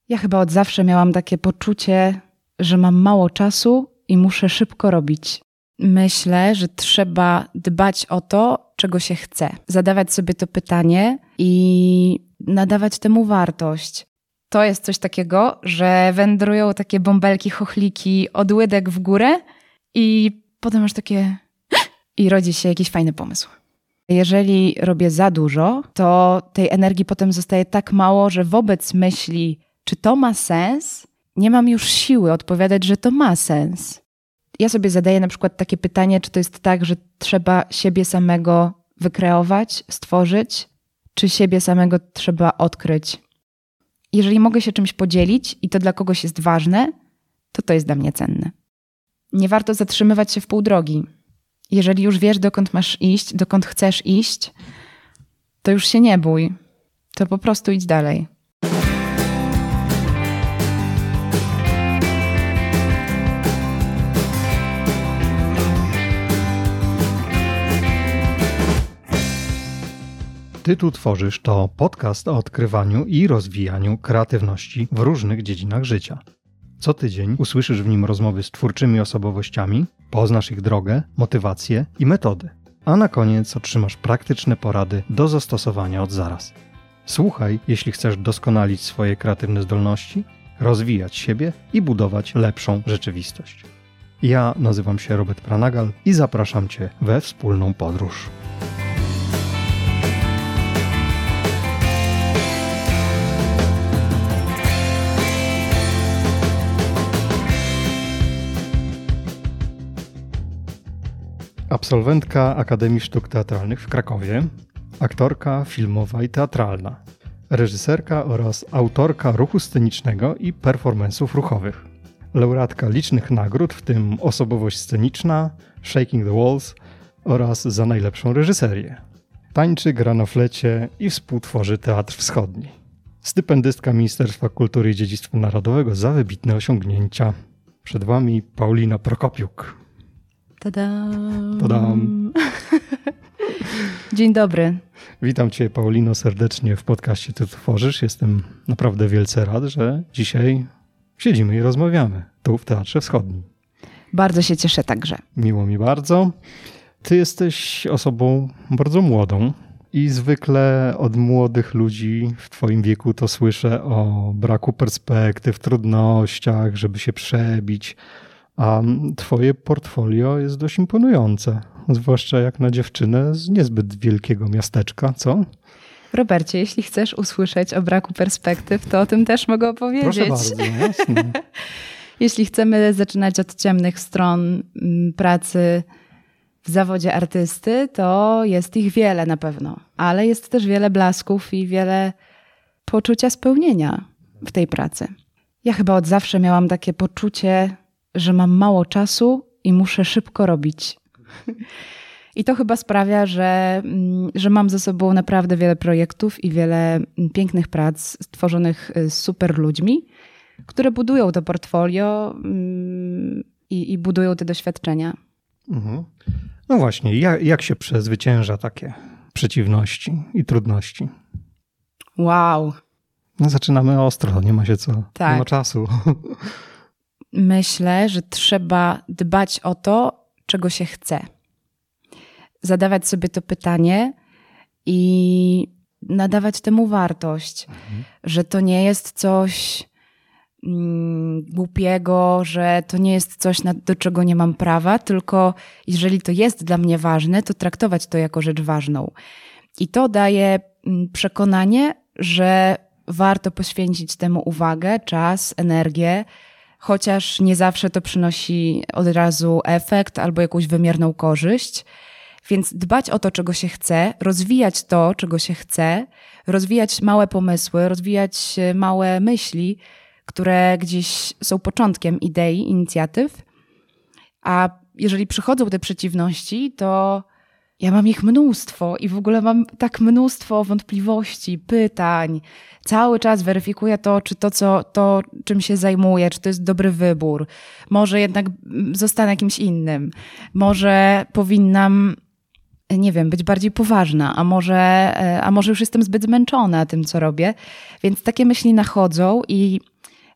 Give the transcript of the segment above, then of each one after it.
Ja chyba od zawsze miałam takie poczucie, że mam mało czasu i muszę szybko robić. Myślę, że trzeba dbać o to, czego się chce. Zadawać sobie to pytanie i nadawać temu wartość. To jest coś takiego, że wędrują takie bąbelki, chochliki od łydek w górę i potem masz takie i rodzi się jakiś fajny pomysł. Jeżeli robię za dużo, to tej energii potem zostaje tak mało, że wobec myśli, czy to ma sens, nie mam już siły odpowiadać, że to ma sens. Ja sobie zadaję na przykład takie pytanie, czy to jest tak, że trzeba siebie samego wykreować, stworzyć, czy siebie samego trzeba odkryć. Jeżeli mogę się czymś podzielić i to dla kogoś jest ważne, to jest dla mnie cenne. Nie warto zatrzymywać się w pół drogi. Jeżeli już wiesz, dokąd masz iść, dokąd chcesz iść, to już się nie bój. To po prostu idź dalej. Ty tu tworzysz to podcast o odkrywaniu i rozwijaniu kreatywności w różnych dziedzinach życia. Co tydzień usłyszysz w nim rozmowy z twórczymi osobowościami, poznasz ich drogę, motywacje i metody. A na koniec otrzymasz praktyczne porady do zastosowania od zaraz. Słuchaj, jeśli chcesz doskonalić swoje kreatywne zdolności, rozwijać siebie i budować lepszą rzeczywistość. Ja nazywam się Robert Pranagal i zapraszam Cię we wspólną podróż. Absolwentka Akademii Sztuk Teatralnych w Krakowie, aktorka filmowa i teatralna, reżyserka oraz autorka ruchu scenicznego i performance'ów ruchowych, laureatka licznych nagród, w tym osobowość sceniczna, Shaking the Walls oraz za najlepszą reżyserię. Tańczy, gra na flecie i współtworzy Teatr Wschodni. Stypendystka Ministerstwa Kultury i Dziedzictwa Narodowego za wybitne osiągnięcia. Przed Wami Paulina Prokopiuk. Tadam. Tadam. Dzień dobry. Witam Cię, Paulino, serdecznie w podcaście Ty tworzysz. Jestem naprawdę wielce rad, że dzisiaj siedzimy i rozmawiamy tu w Teatrze Wschodnim. Bardzo się cieszę także. Miło mi bardzo. Ty jesteś osobą bardzo młodą i zwykle od młodych ludzi w Twoim wieku to słyszę o braku perspektyw, trudnościach, żeby się przebić. A Twoje portfolio jest dość imponujące, zwłaszcza jak na dziewczynę z niezbyt wielkiego miasteczka, co? Robercie, jeśli chcesz usłyszeć o braku perspektyw, to o tym też mogę opowiedzieć. Proszę bardzo, jasne. Jeśli chcemy zaczynać od ciemnych stron pracy w zawodzie artysty, to jest ich wiele na pewno, ale jest też wiele blasków i wiele poczucia spełnienia w tej pracy. Ja chyba od zawsze miałam takie poczucie, że mam mało czasu i muszę szybko robić. I to chyba sprawia, że mam ze sobą naprawdę wiele projektów i wiele pięknych prac stworzonych z super ludźmi, które budują to portfolio i budują te doświadczenia. Mhm. No właśnie, jak się przezwycięża takie przeciwności i trudności? Wow. No zaczynamy ostro, nie ma się co, Tak. Nie ma czasu. Myślę, że trzeba dbać o to, czego się chce. Zadawać sobie to pytanie i nadawać temu wartość, że to nie jest coś głupiego, że to nie jest coś, do czego nie mam prawa, tylko jeżeli to jest dla mnie ważne, to traktować to jako rzecz ważną. I to daje przekonanie, że warto poświęcić temu uwagę, czas, energię, chociaż nie zawsze to przynosi od razu efekt albo jakąś wymierną korzyść. Więc dbać o to, czego się chce, rozwijać to, czego się chce, rozwijać małe pomysły, rozwijać małe myśli, które gdzieś są początkiem idei, inicjatyw. A jeżeli przychodzą te przeciwności, to ja mam ich mnóstwo i w ogóle mam tak mnóstwo wątpliwości, pytań. Cały czas weryfikuję to, czy to, czym się zajmuję, czy to jest dobry wybór. Może jednak zostanę jakimś innym. Może powinnam, nie wiem, być bardziej poważna, a może już jestem zbyt zmęczona tym, co robię. Więc takie myśli nachodzą i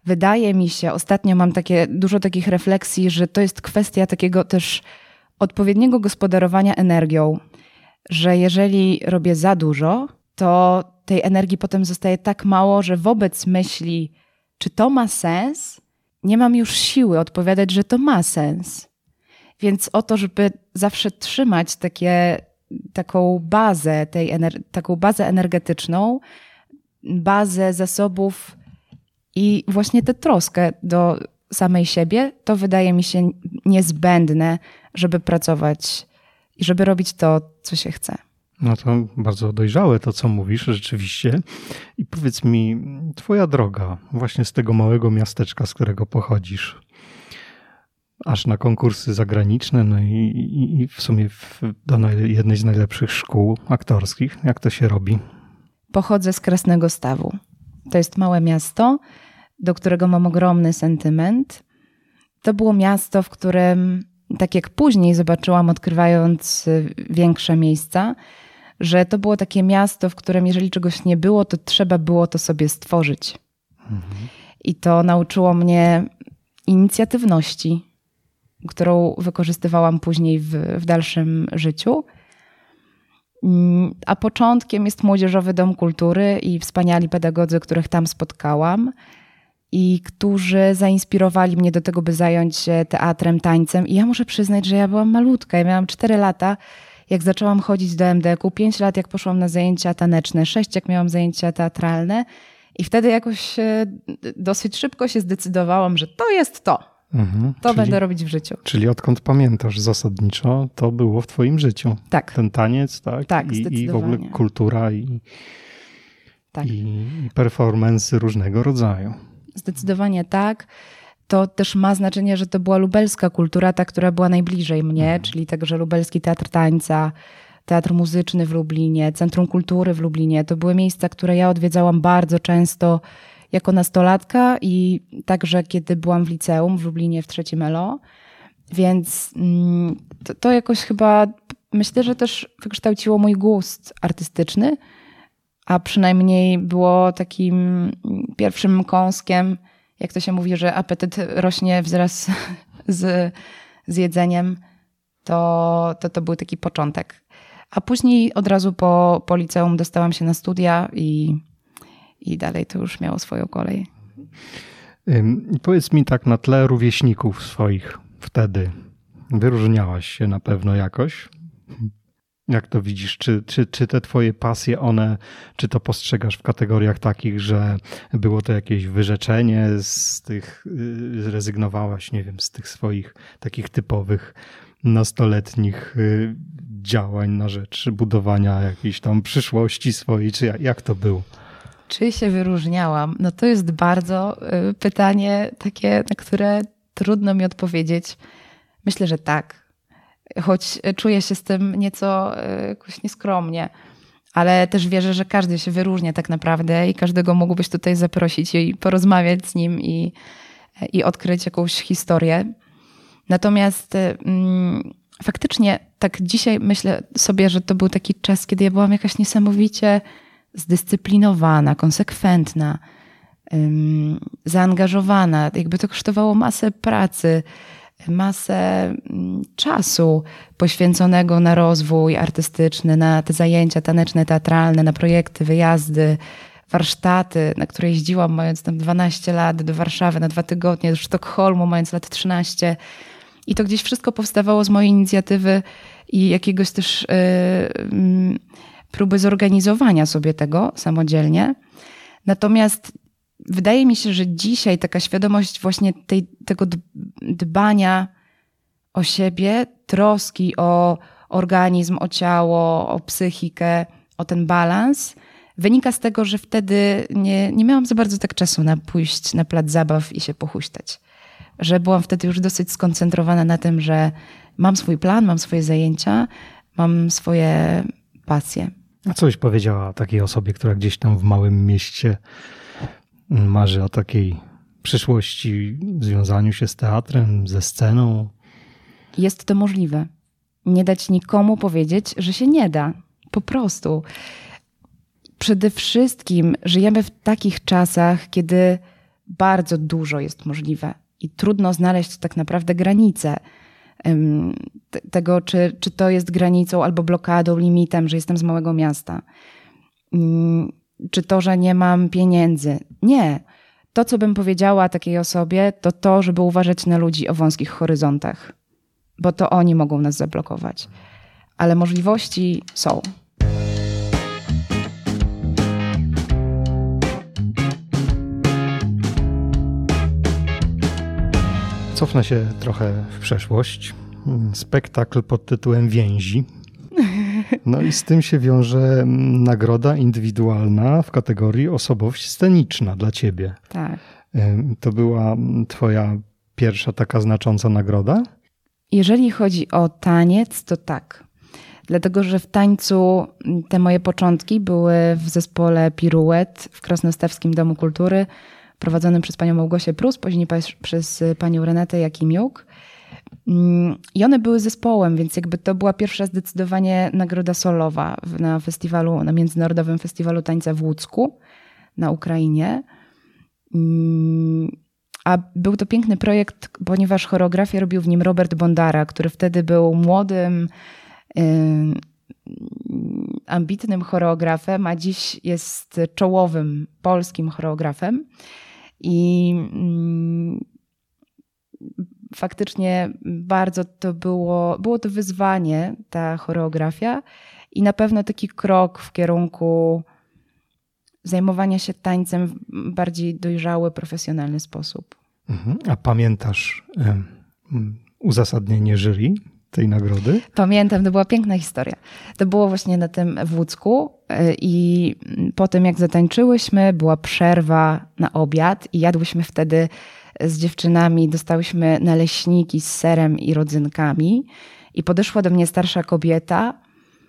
wydaje mi się, ostatnio mam dużo takich refleksji, że to jest kwestia takiego też odpowiedniego gospodarowania energią, że jeżeli robię za dużo, to tej energii potem zostaje tak mało, że wobec myśli, czy to ma sens, nie mam już siły odpowiadać, że to ma sens. Więc o to, żeby zawsze trzymać taką bazę, taką bazę energetyczną, bazę zasobów i właśnie tę troskę do samej siebie, to wydaje mi się niezbędne, żeby pracować i żeby robić to, co się chce. No to bardzo dojrzałe to, co mówisz rzeczywiście. I powiedz mi, twoja droga właśnie z tego małego miasteczka, z którego pochodzisz, aż na konkursy zagraniczne, no i w sumie do jednej z najlepszych szkół aktorskich. Jak to się robi? Pochodzę z Krasnego Stawu. To jest małe miasto, do którego mam ogromny sentyment. To było miasto, w którym, tak jak później zobaczyłam, odkrywając większe miejsca, że to było takie miasto, w którym jeżeli czegoś nie było, to trzeba było to sobie stworzyć. I to nauczyło mnie inicjatywności, którą wykorzystywałam później w dalszym życiu. A początkiem jest Młodzieżowy Dom Kultury i wspaniali pedagodzy, których tam spotkałam i którzy zainspirowali mnie do tego, by zająć się teatrem, tańcem. I ja muszę przyznać, że ja byłam malutka. Ja miałam 4 lata, jak zaczęłam chodzić do MDK-u, 5 lat, jak poszłam na zajęcia taneczne, 6, jak miałam zajęcia teatralne. I wtedy jakoś dosyć szybko się zdecydowałam, że to jest to. To będę robić w życiu. Czyli odkąd pamiętasz zasadniczo, to było w twoim życiu. Tak. Ten taniec, tak? Tak, I w ogóle kultura i performance różnego rodzaju. Zdecydowanie tak. To też ma znaczenie, że to była lubelska kultura, ta, która była najbliżej mnie, czyli także Lubelski Teatr Tańca, Teatr Muzyczny w Lublinie, Centrum Kultury w Lublinie. To były miejsca, które ja odwiedzałam bardzo często jako nastolatka i także kiedy byłam w liceum w Lublinie w 3. ELO. Więc to jakoś chyba, myślę, że też wykształciło mój gust artystyczny, a przynajmniej było takim pierwszym kąskiem, jak to się mówi, że apetyt rośnie wraz z jedzeniem, to był taki początek. A później od razu po liceum dostałam się na studia i dalej to już miało swoją kolej. Powiedz mi tak, na tle rówieśników swoich wtedy wyróżniałaś się na pewno jakoś? Jak to widzisz? Czy te twoje pasje, czy to postrzegasz w kategoriach takich, że było to jakieś wyrzeczenie z tych, zrezygnowałaś, nie wiem, z tych swoich takich typowych nastoletnich działań na rzecz budowania jakiejś tam przyszłości swojej, czy jak to było? Czy się wyróżniałam? No to jest bardzo pytanie takie, na które trudno mi odpowiedzieć. Myślę, że tak. Choć czuję się z tym nieco jakoś nieskromnie, ale też wierzę, że każdy się wyróżnia tak naprawdę i każdego mógłbyś tutaj zaprosić i porozmawiać z nim i odkryć jakąś historię. Natomiast faktycznie tak dzisiaj myślę sobie, że to był taki czas, kiedy ja byłam jakaś niesamowicie zdyscyplinowana, konsekwentna, zaangażowana. Jakby to kosztowało masę pracy, masę czasu poświęconego na rozwój artystyczny, na te zajęcia taneczne, teatralne, na projekty, wyjazdy, warsztaty, na które jeździłam mając tam 12 lat do Warszawy na 2 tygodnie, do Sztokholmu mając lat 13. I to gdzieś wszystko powstawało z mojej inicjatywy i jakiegoś też próby zorganizowania sobie tego samodzielnie. Natomiast wydaje mi się, że dzisiaj taka świadomość właśnie tego dbania o siebie, troski o organizm, o ciało, o psychikę, o ten balans, wynika z tego, że wtedy nie miałam za bardzo tak czasu na pójść na plac zabaw i się pochuśtać. Że byłam wtedy już dosyć skoncentrowana na tym, że mam swój plan, mam swoje zajęcia, mam swoje pasje. A co byś powiedziała takiej osobie, która gdzieś tam w małym mieście marzy o takiej przyszłości, związaniu się z teatrem, ze sceną? Jest to możliwe. Nie dać nikomu powiedzieć, że się nie da. Po prostu. Przede wszystkim żyjemy w takich czasach, kiedy bardzo dużo jest możliwe i trudno znaleźć tak naprawdę granicę tego, czy to jest granicą albo blokadą, limitem, że jestem z małego miasta. Czy to, że nie mam pieniędzy. Nie. To, co bym powiedziała takiej osobie, to, żeby uważać na ludzi o wąskich horyzontach, bo to oni mogą nas zablokować. Ale możliwości są. Cofnę się trochę w przeszłość. Spektakl pod tytułem Więzi. No i z tym się wiąże nagroda indywidualna w kategorii osobowość sceniczna dla ciebie. Tak. To była twoja pierwsza taka znacząca nagroda? Jeżeli chodzi o taniec, to tak. Dlatego, że w tańcu te moje początki były w zespole Piruet w Krosnostawskim Domu Kultury, prowadzonym przez panią Małgosię Prus, później przez panią Renatę Jakimiuk. I one były zespołem, więc jakby to była pierwsza zdecydowanie nagroda solowa na Międzynarodowym Festiwalu Tańca w Łódzku na Ukrainie. A był to piękny projekt, ponieważ choreografię robił w nim Robert Bondara, który wtedy był młodym, ambitnym choreografem, a dziś jest czołowym polskim choreografem. I faktycznie bardzo to było to wyzwanie, ta choreografia i na pewno taki krok w kierunku zajmowania się tańcem w bardziej dojrzały, profesjonalny sposób. A pamiętasz uzasadnienie jury tej nagrody? Pamiętam, to była piękna historia. To było właśnie na tym w Łódzku i po tym jak zatańczyłyśmy, była przerwa na obiad i jadłyśmy wtedy z dziewczynami, dostałyśmy naleśniki z serem i rodzynkami i podeszła do mnie starsza kobieta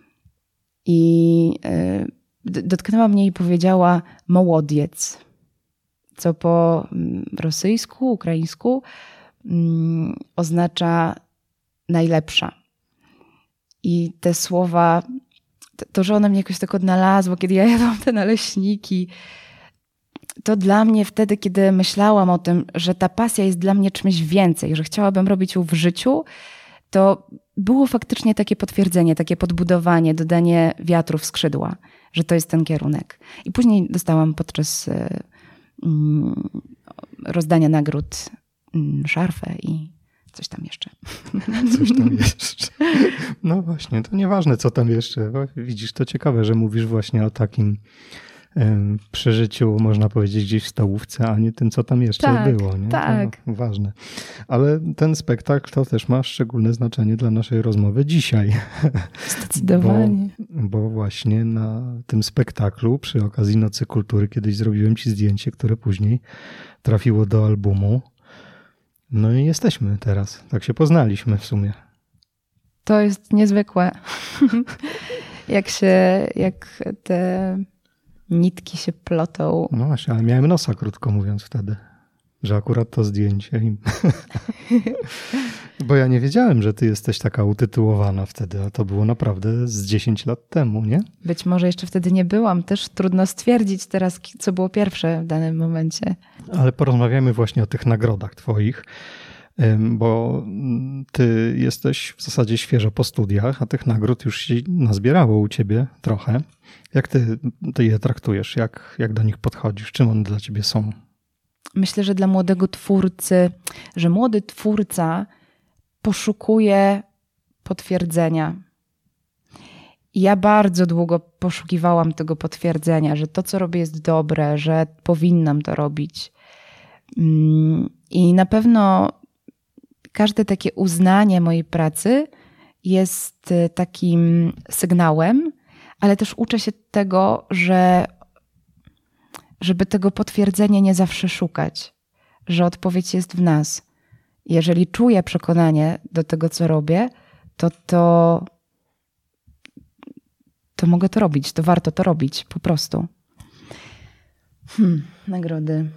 i dotknęła mnie i powiedziała mołodiec, co po rosyjsku, ukraińsku oznacza najlepsza. I te słowa, to, że one mnie jakoś tak odnalazło, kiedy ja jadłam te naleśniki, to dla mnie wtedy, kiedy myślałam o tym, że ta pasja jest dla mnie czymś więcej, że chciałabym robić ją w życiu, to było faktycznie takie potwierdzenie, takie podbudowanie, dodanie wiatru w skrzydła, że to jest ten kierunek. I później dostałam podczas rozdania nagród szarfę i coś tam jeszcze. Coś tam jeszcze. No właśnie, to nieważne co tam jeszcze. Widzisz, to ciekawe, że mówisz właśnie o takim przeżyciu, można powiedzieć, gdzieś w stołówce, a nie tym, co tam jeszcze było. Nie? Tak. To ważne. Ale ten spektakl to też ma szczególne znaczenie dla naszej rozmowy dzisiaj. Zdecydowanie. Bo właśnie na tym spektaklu przy okazji Nocy Kultury kiedyś zrobiłem ci zdjęcie, które później trafiło do albumu. No i jesteśmy teraz. Tak się poznaliśmy w sumie. To jest niezwykłe. Jak te nitki się plotą. No właśnie, ale miałem nosa, krótko mówiąc wtedy, że akurat to zdjęcie. Bo ja nie wiedziałem, że ty jesteś taka utytułowana wtedy, a to było naprawdę z 10 lat temu, nie? Być może jeszcze wtedy nie byłam. Też trudno stwierdzić teraz, co było pierwsze w danym momencie. Ale porozmawiamy właśnie o tych nagrodach twoich, bo ty jesteś w zasadzie świeżo po studiach, a tych nagród już się nazbierało u ciebie trochę. Jak ty je traktujesz? Jak do nich podchodzisz? Czym one dla ciebie są? Myślę, że dla młodego twórcy, że młody twórca poszukuje potwierdzenia. I ja bardzo długo poszukiwałam tego potwierdzenia, że to, co robię, jest dobre, że powinnam to robić. I na pewno każde takie uznanie mojej pracy jest takim sygnałem, ale też uczę się tego, żeby tego potwierdzenia nie zawsze szukać, że odpowiedź jest w nas. Jeżeli czuję przekonanie do tego, co robię, to mogę to robić, to warto to robić po prostu. Nagrody.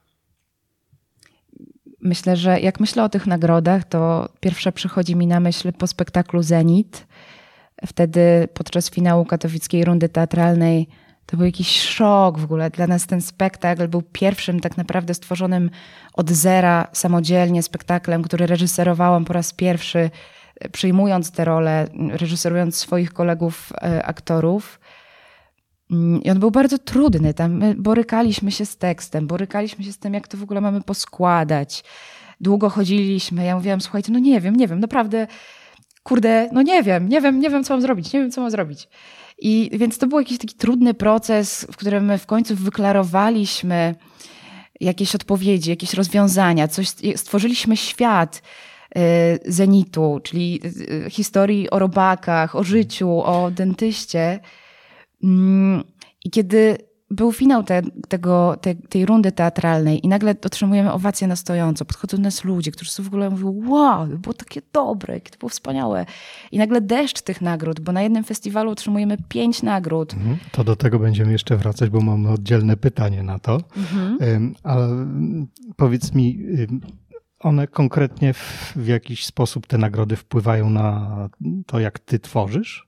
Myślę, że jak myślę o tych nagrodach, to pierwsza przychodzi mi na myśl po spektaklu Zenit. Wtedy podczas finału katowickiej rundy teatralnej To był jakiś szok w ogóle. Dla nas ten spektakl był pierwszym tak naprawdę stworzonym od zera samodzielnie spektaklem, który reżyserowałam po raz pierwszy, przyjmując tę rolę, reżyserując swoich kolegów aktorów. I on był bardzo trudny. Tam my borykaliśmy się z tekstem, borykaliśmy się z tym, jak to w ogóle mamy poskładać. Długo chodziliśmy. Ja mówiłam, słuchajcie, no nie wiem, naprawdę, kurde, no nie wiem, co mam zrobić. I więc to był jakiś taki trudny proces, w którym my w końcu wyklarowaliśmy jakieś odpowiedzi, jakieś rozwiązania, stworzyliśmy świat Zenitu, czyli historii o robakach, o życiu, o dentyście. I kiedy był finał tej rundy teatralnej i nagle otrzymujemy owację na stojąco, podchodzą do nas ludzie, którzy sobie w ogóle mówią, wow, to było takie dobre, jakie to było wspaniałe. I nagle deszcz tych nagród, bo na jednym festiwalu otrzymujemy 5 nagród. To do tego będziemy jeszcze wracać, bo mamy oddzielne pytanie na to. Ale powiedz mi, one konkretnie w jakiś sposób te nagrody wpływają na to, jak ty tworzysz?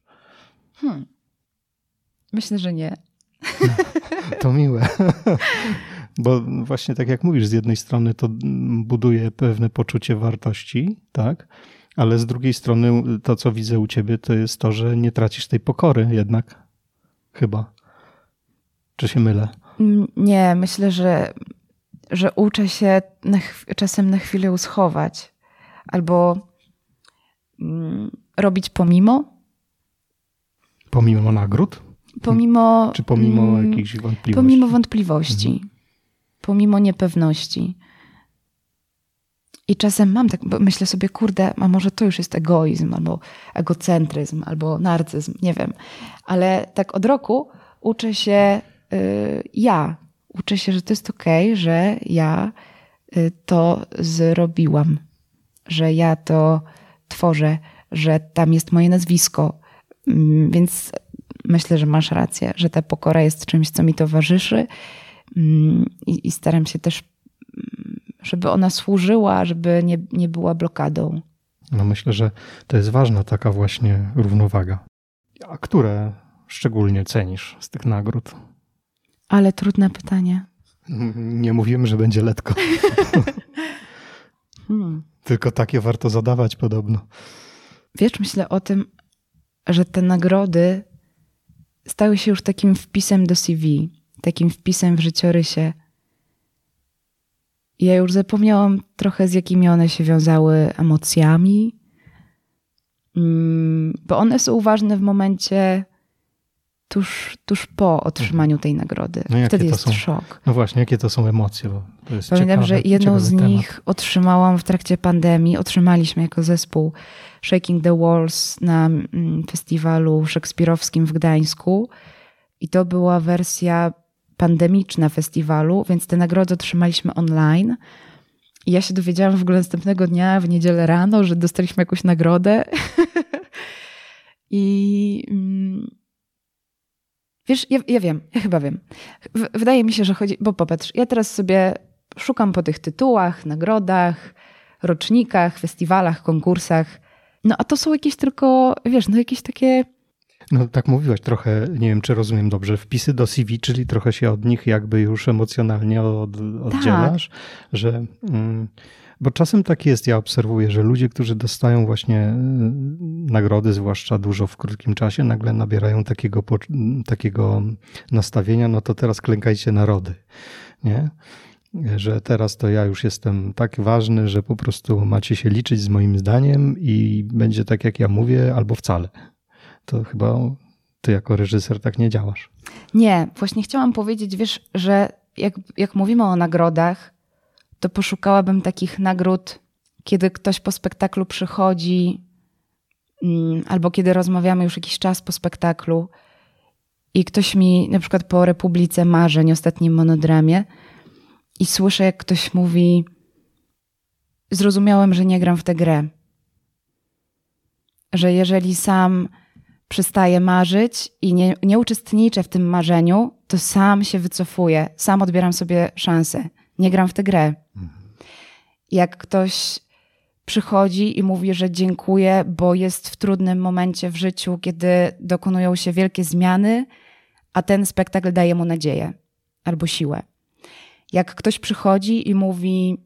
Myślę, że nie. To miłe. Bo właśnie tak jak mówisz, z jednej strony to buduje pewne poczucie wartości, tak? Ale z drugiej strony to, co widzę u ciebie, to jest to, że nie tracisz tej pokory jednak. Chyba. Czy się mylę? Nie, myślę, że uczę się czasem na chwilę uschować. Albo robić pomimo. Pomimo nagród? Czy pomimo jakichś wątpliwości? Pomimo wątpliwości. Pomimo niepewności. I czasem mam tak, bo myślę sobie, kurde, a może to już jest egoizm, albo egocentryzm, albo narcyzm, nie wiem. Ale tak od roku uczę się Uczę się, że to jest okej, że ja to zrobiłam. Że ja to tworzę, że tam jest moje nazwisko. Więc myślę, że masz rację, że ta pokora jest czymś, co mi towarzyszy i staram się też, żeby ona służyła, żeby nie była blokadą. No myślę, że to jest ważna taka właśnie równowaga. A które szczególnie cenisz z tych nagród? Ale trudne pytanie. Nie mówiłem, że będzie letko. Tylko takie warto zadawać podobno. Wiesz, myślę o tym, że te nagrody stały się już takim wpisem do CV, takim wpisem w życiorysie. I ja już zapomniałam trochę, z jakimi one się wiązały emocjami, bo one są ważne w momencie tuż po otrzymaniu tej nagrody. No wtedy jest szok. No właśnie, jakie to są emocje? Bo to jest Pamiętam, że jedną z temat. nich otrzymałam w trakcie pandemii. Otrzymaliśmy jako zespół Shaking the Walls na festiwalu szekspirowskim w Gdańsku. I to była wersja pandemiczna festiwalu, więc te nagrody otrzymaliśmy online. I ja się dowiedziałam w ogóle następnego dnia, w niedzielę rano, że dostaliśmy jakąś nagrodę. Wiesz, ja wiem, ja chyba wiem. Wydaje mi się, że chodzi, bo popatrz, ja teraz sobie szukam po tych tytułach, nagrodach, rocznikach, festiwalach, konkursach. No a to są jakieś tylko, wiesz, no jakieś takie... No tak mówiłaś trochę, nie wiem, czy rozumiem dobrze, wpisy do CV, czyli trochę się od nich jakby już emocjonalnie oddzielasz, tak. Że... Bo czasem tak jest, ja obserwuję, że ludzie, którzy dostają właśnie nagrody, zwłaszcza dużo w krótkim czasie, nagle nabierają takiego nastawienia, no to teraz klękajcie narody, nie? Że teraz to ja już jestem tak ważny, że po prostu macie się liczyć z moim zdaniem i będzie tak, jak ja mówię, albo wcale. To chyba ty jako reżyser tak nie działasz. Nie, właśnie chciałam powiedzieć, wiesz, że jak mówimy o nagrodach, to poszukałabym takich nagród, kiedy ktoś po spektaklu przychodzi albo kiedy rozmawiamy już jakiś czas po spektaklu i ktoś mi na przykład po Republice Marzeń, ostatnim monodramie, i słyszę, jak ktoś mówi: zrozumiałem, że nie gram w tę grę. Że jeżeli sam przestaję marzyć i nie uczestniczę w tym marzeniu, to sam się wycofuję, sam odbieram sobie szansę. Nie gram w tę grę. Jak ktoś przychodzi i mówi, że dziękuję, bo jest w trudnym momencie w życiu, kiedy dokonują się wielkie zmiany, a ten spektakl daje mu nadzieję albo siłę. Jak ktoś przychodzi i mówi,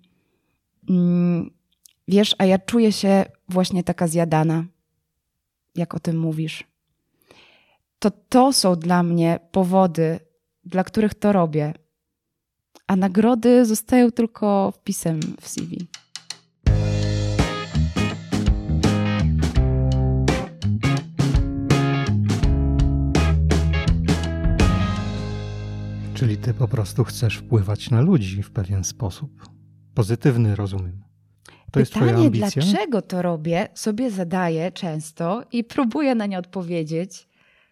wiesz, a ja czuję się właśnie taka zjadana, jak o tym mówisz, to są dla mnie powody, dla których to robię. A nagrody zostają tylko wpisem w CV. Czyli ty po prostu chcesz wpływać na ludzi w pewien sposób. Pozytywny, rozumiem. To jest twoja ambicja? Dlaczego to robię, sobie zadaję często i próbuję na nie odpowiedzieć.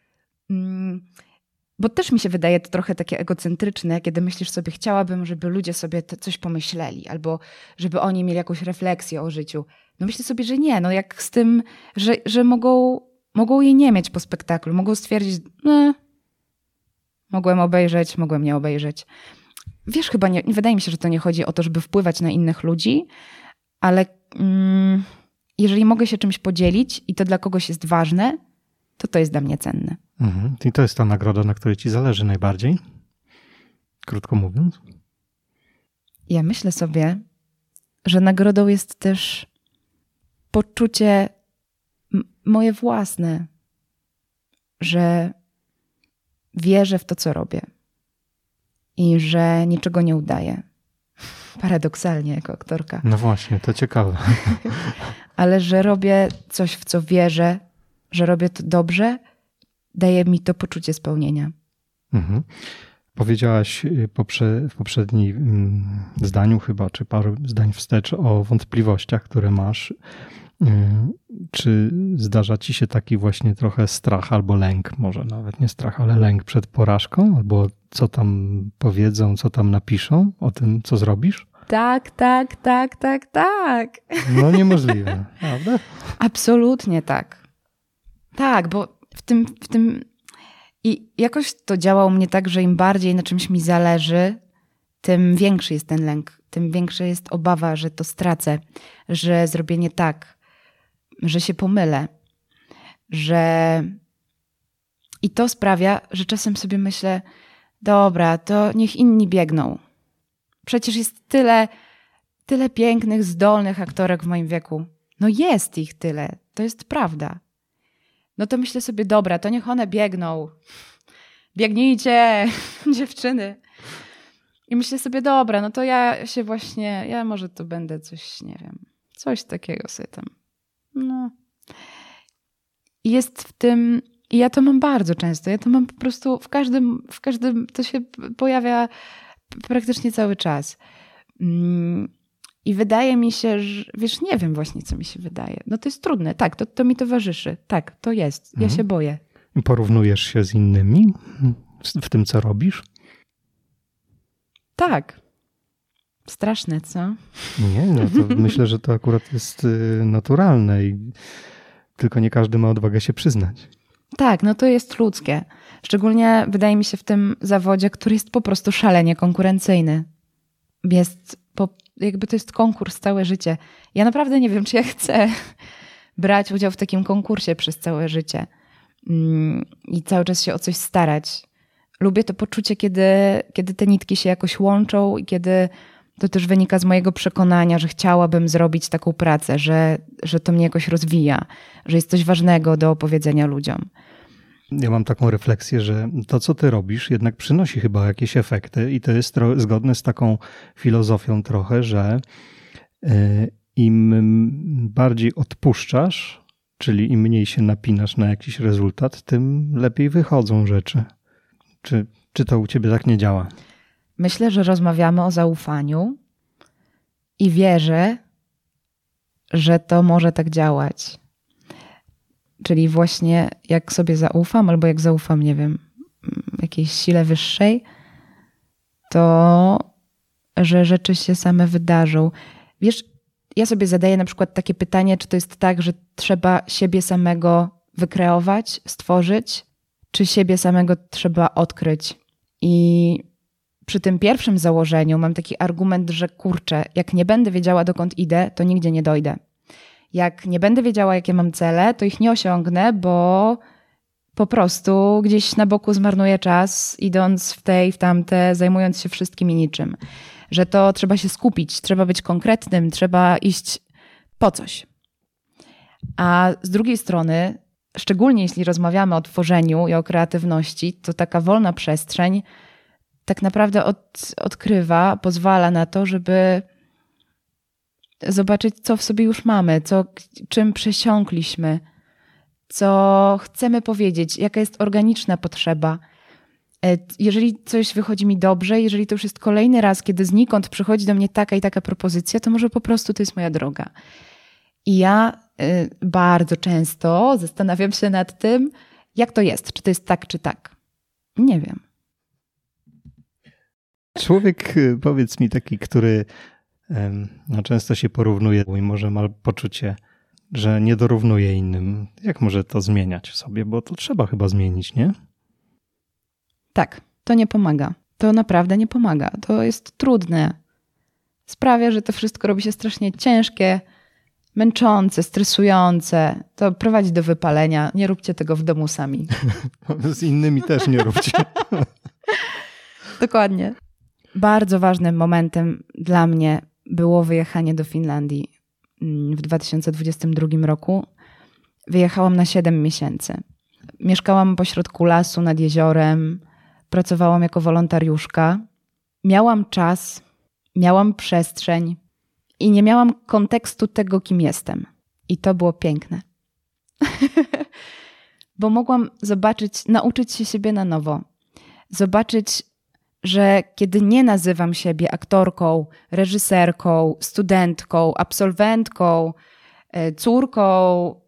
Bo też mi się wydaje to trochę takie egocentryczne, kiedy myślisz sobie, chciałabym, żeby ludzie sobie coś pomyśleli, albo żeby oni mieli jakąś refleksję o życiu. No myślę sobie, że nie. No jak z tym, że mogą jej nie mieć po spektaklu. Mogą stwierdzić, mogłem obejrzeć, mogłem nie obejrzeć. Wiesz, chyba nie wydaje mi się, że to nie chodzi o to, żeby wpływać na innych ludzi, ale jeżeli mogę się czymś podzielić i to dla kogoś jest ważne, to jest dla mnie cenne. I to jest ta nagroda, na której ci zależy najbardziej? Krótko mówiąc. Ja myślę sobie, że nagrodą jest też poczucie moje własne, że wierzę w to, co robię i że niczego nie udaję. Paradoksalnie jako aktorka. No właśnie, to ciekawe. Ale że robię coś, w co wierzę, że robię to dobrze, daje mi to poczucie spełnienia. Powiedziałaś w poprzednim zdaniu chyba, czy paru zdań wstecz o wątpliwościach, które masz. Czy zdarza ci się taki właśnie trochę strach albo lęk, może nawet nie strach, ale lęk przed porażką? Albo co tam powiedzą, co tam napiszą o tym, co zrobisz? Tak. No niemożliwe, prawda? Absolutnie tak. Tak, bo w tym i jakoś to działa u mnie tak, że im bardziej na czymś mi zależy, tym większy jest ten lęk, tym większa jest obawa, że to stracę, że zrobię nie tak, że się pomylę, i to sprawia, że czasem sobie myślę, dobra, to niech inni biegną. Przecież jest tyle pięknych, zdolnych aktorek w moim wieku. No jest ich tyle, to jest prawda. No to myślę sobie, dobra, to niech one biegną. Biegnijcie, dziewczyny. I myślę sobie, dobra, no to ja może to będę coś, nie wiem, coś takiego sobie tam. No. I jest w tym, i ja to mam bardzo często, ja to mam po prostu w każdym to się pojawia praktycznie cały czas. I wydaje mi się, że, wiesz, nie wiem właśnie, co mi się wydaje. No to jest trudne, tak, to mi towarzyszy, tak, to jest, ja się boję. I porównujesz się z innymi w tym, co robisz? Tak. Straszne, co? Nie, no to myślę, że to akurat jest naturalne i tylko nie każdy ma odwagę się przyznać. Tak, no to jest ludzkie. Szczególnie wydaje mi się w tym zawodzie, który jest po prostu szalenie konkurencyjny. Jakby to jest konkurs całe życie. Ja naprawdę nie wiem, czy ja chcę brać udział w takim konkursie przez całe życie i cały czas się o coś starać. Lubię to poczucie, kiedy te nitki się jakoś łączą i kiedy to też wynika z mojego przekonania, że chciałabym zrobić taką pracę, że to mnie jakoś rozwija, że jest coś ważnego do opowiedzenia ludziom. Ja mam taką refleksję, że to, co ty robisz, jednak przynosi chyba jakieś efekty i to jest zgodne z taką filozofią trochę, że im bardziej odpuszczasz, czyli im mniej się napinasz na jakiś rezultat, tym lepiej wychodzą rzeczy. Czy to u ciebie tak nie działa? Myślę, że rozmawiamy o zaufaniu i wierzę, że to może tak działać. Czyli właśnie jak sobie zaufam, albo jak zaufam, nie wiem, jakiejś sile wyższej, to że rzeczy się same wydarzą. Wiesz, ja sobie zadaję na przykład takie pytanie, czy to jest tak, że trzeba siebie samego wykreować, stworzyć, czy siebie samego trzeba odkryć. I przy tym pierwszym założeniu mam taki argument, że kurczę, jak nie będę wiedziała, dokąd idę, to nigdzie nie dojdę. Jak nie będę wiedziała, jakie mam cele, to ich nie osiągnę, bo po prostu gdzieś na boku zmarnuję czas, idąc w te i w tamte, zajmując się wszystkim i niczym. Że to trzeba się skupić, trzeba być konkretnym, trzeba iść po coś. A z drugiej strony, szczególnie jeśli rozmawiamy o tworzeniu i o kreatywności, to taka wolna przestrzeń tak naprawdę odkrywa, pozwala na to, żeby zobaczyć, co w sobie już mamy, czym przesiąkliśmy, co chcemy powiedzieć, jaka jest organiczna potrzeba. Jeżeli coś wychodzi mi dobrze, jeżeli to już jest kolejny raz, kiedy znikąd przychodzi do mnie taka i taka propozycja, to może po prostu to jest moja droga. I ja bardzo często zastanawiam się nad tym, jak to jest, czy to jest tak, czy tak. Nie wiem. Człowiek, powiedz mi, taki, który często się porównuje i może ma poczucie, że nie dorównuje innym. Jak może to zmieniać w sobie? Bo to trzeba chyba zmienić, nie? Tak, to nie pomaga. To naprawdę nie pomaga. To jest trudne. Sprawia, że to wszystko robi się strasznie ciężkie, męczące, stresujące. To prowadzi do wypalenia. Nie róbcie tego w domu sami. Z innymi też nie róbcie. Dokładnie. Bardzo ważnym momentem dla mnie było wyjechanie do Finlandii w 2022 roku. Wyjechałam na 7 miesięcy. Mieszkałam pośrodku lasu nad jeziorem. Pracowałam jako wolontariuszka. Miałam czas, miałam przestrzeń i nie miałam kontekstu tego, kim jestem. I to było piękne. Bo mogłam nauczyć się siebie na nowo. Zobaczyć, że kiedy nie nazywam siebie aktorką, reżyserką, studentką, absolwentką, córką,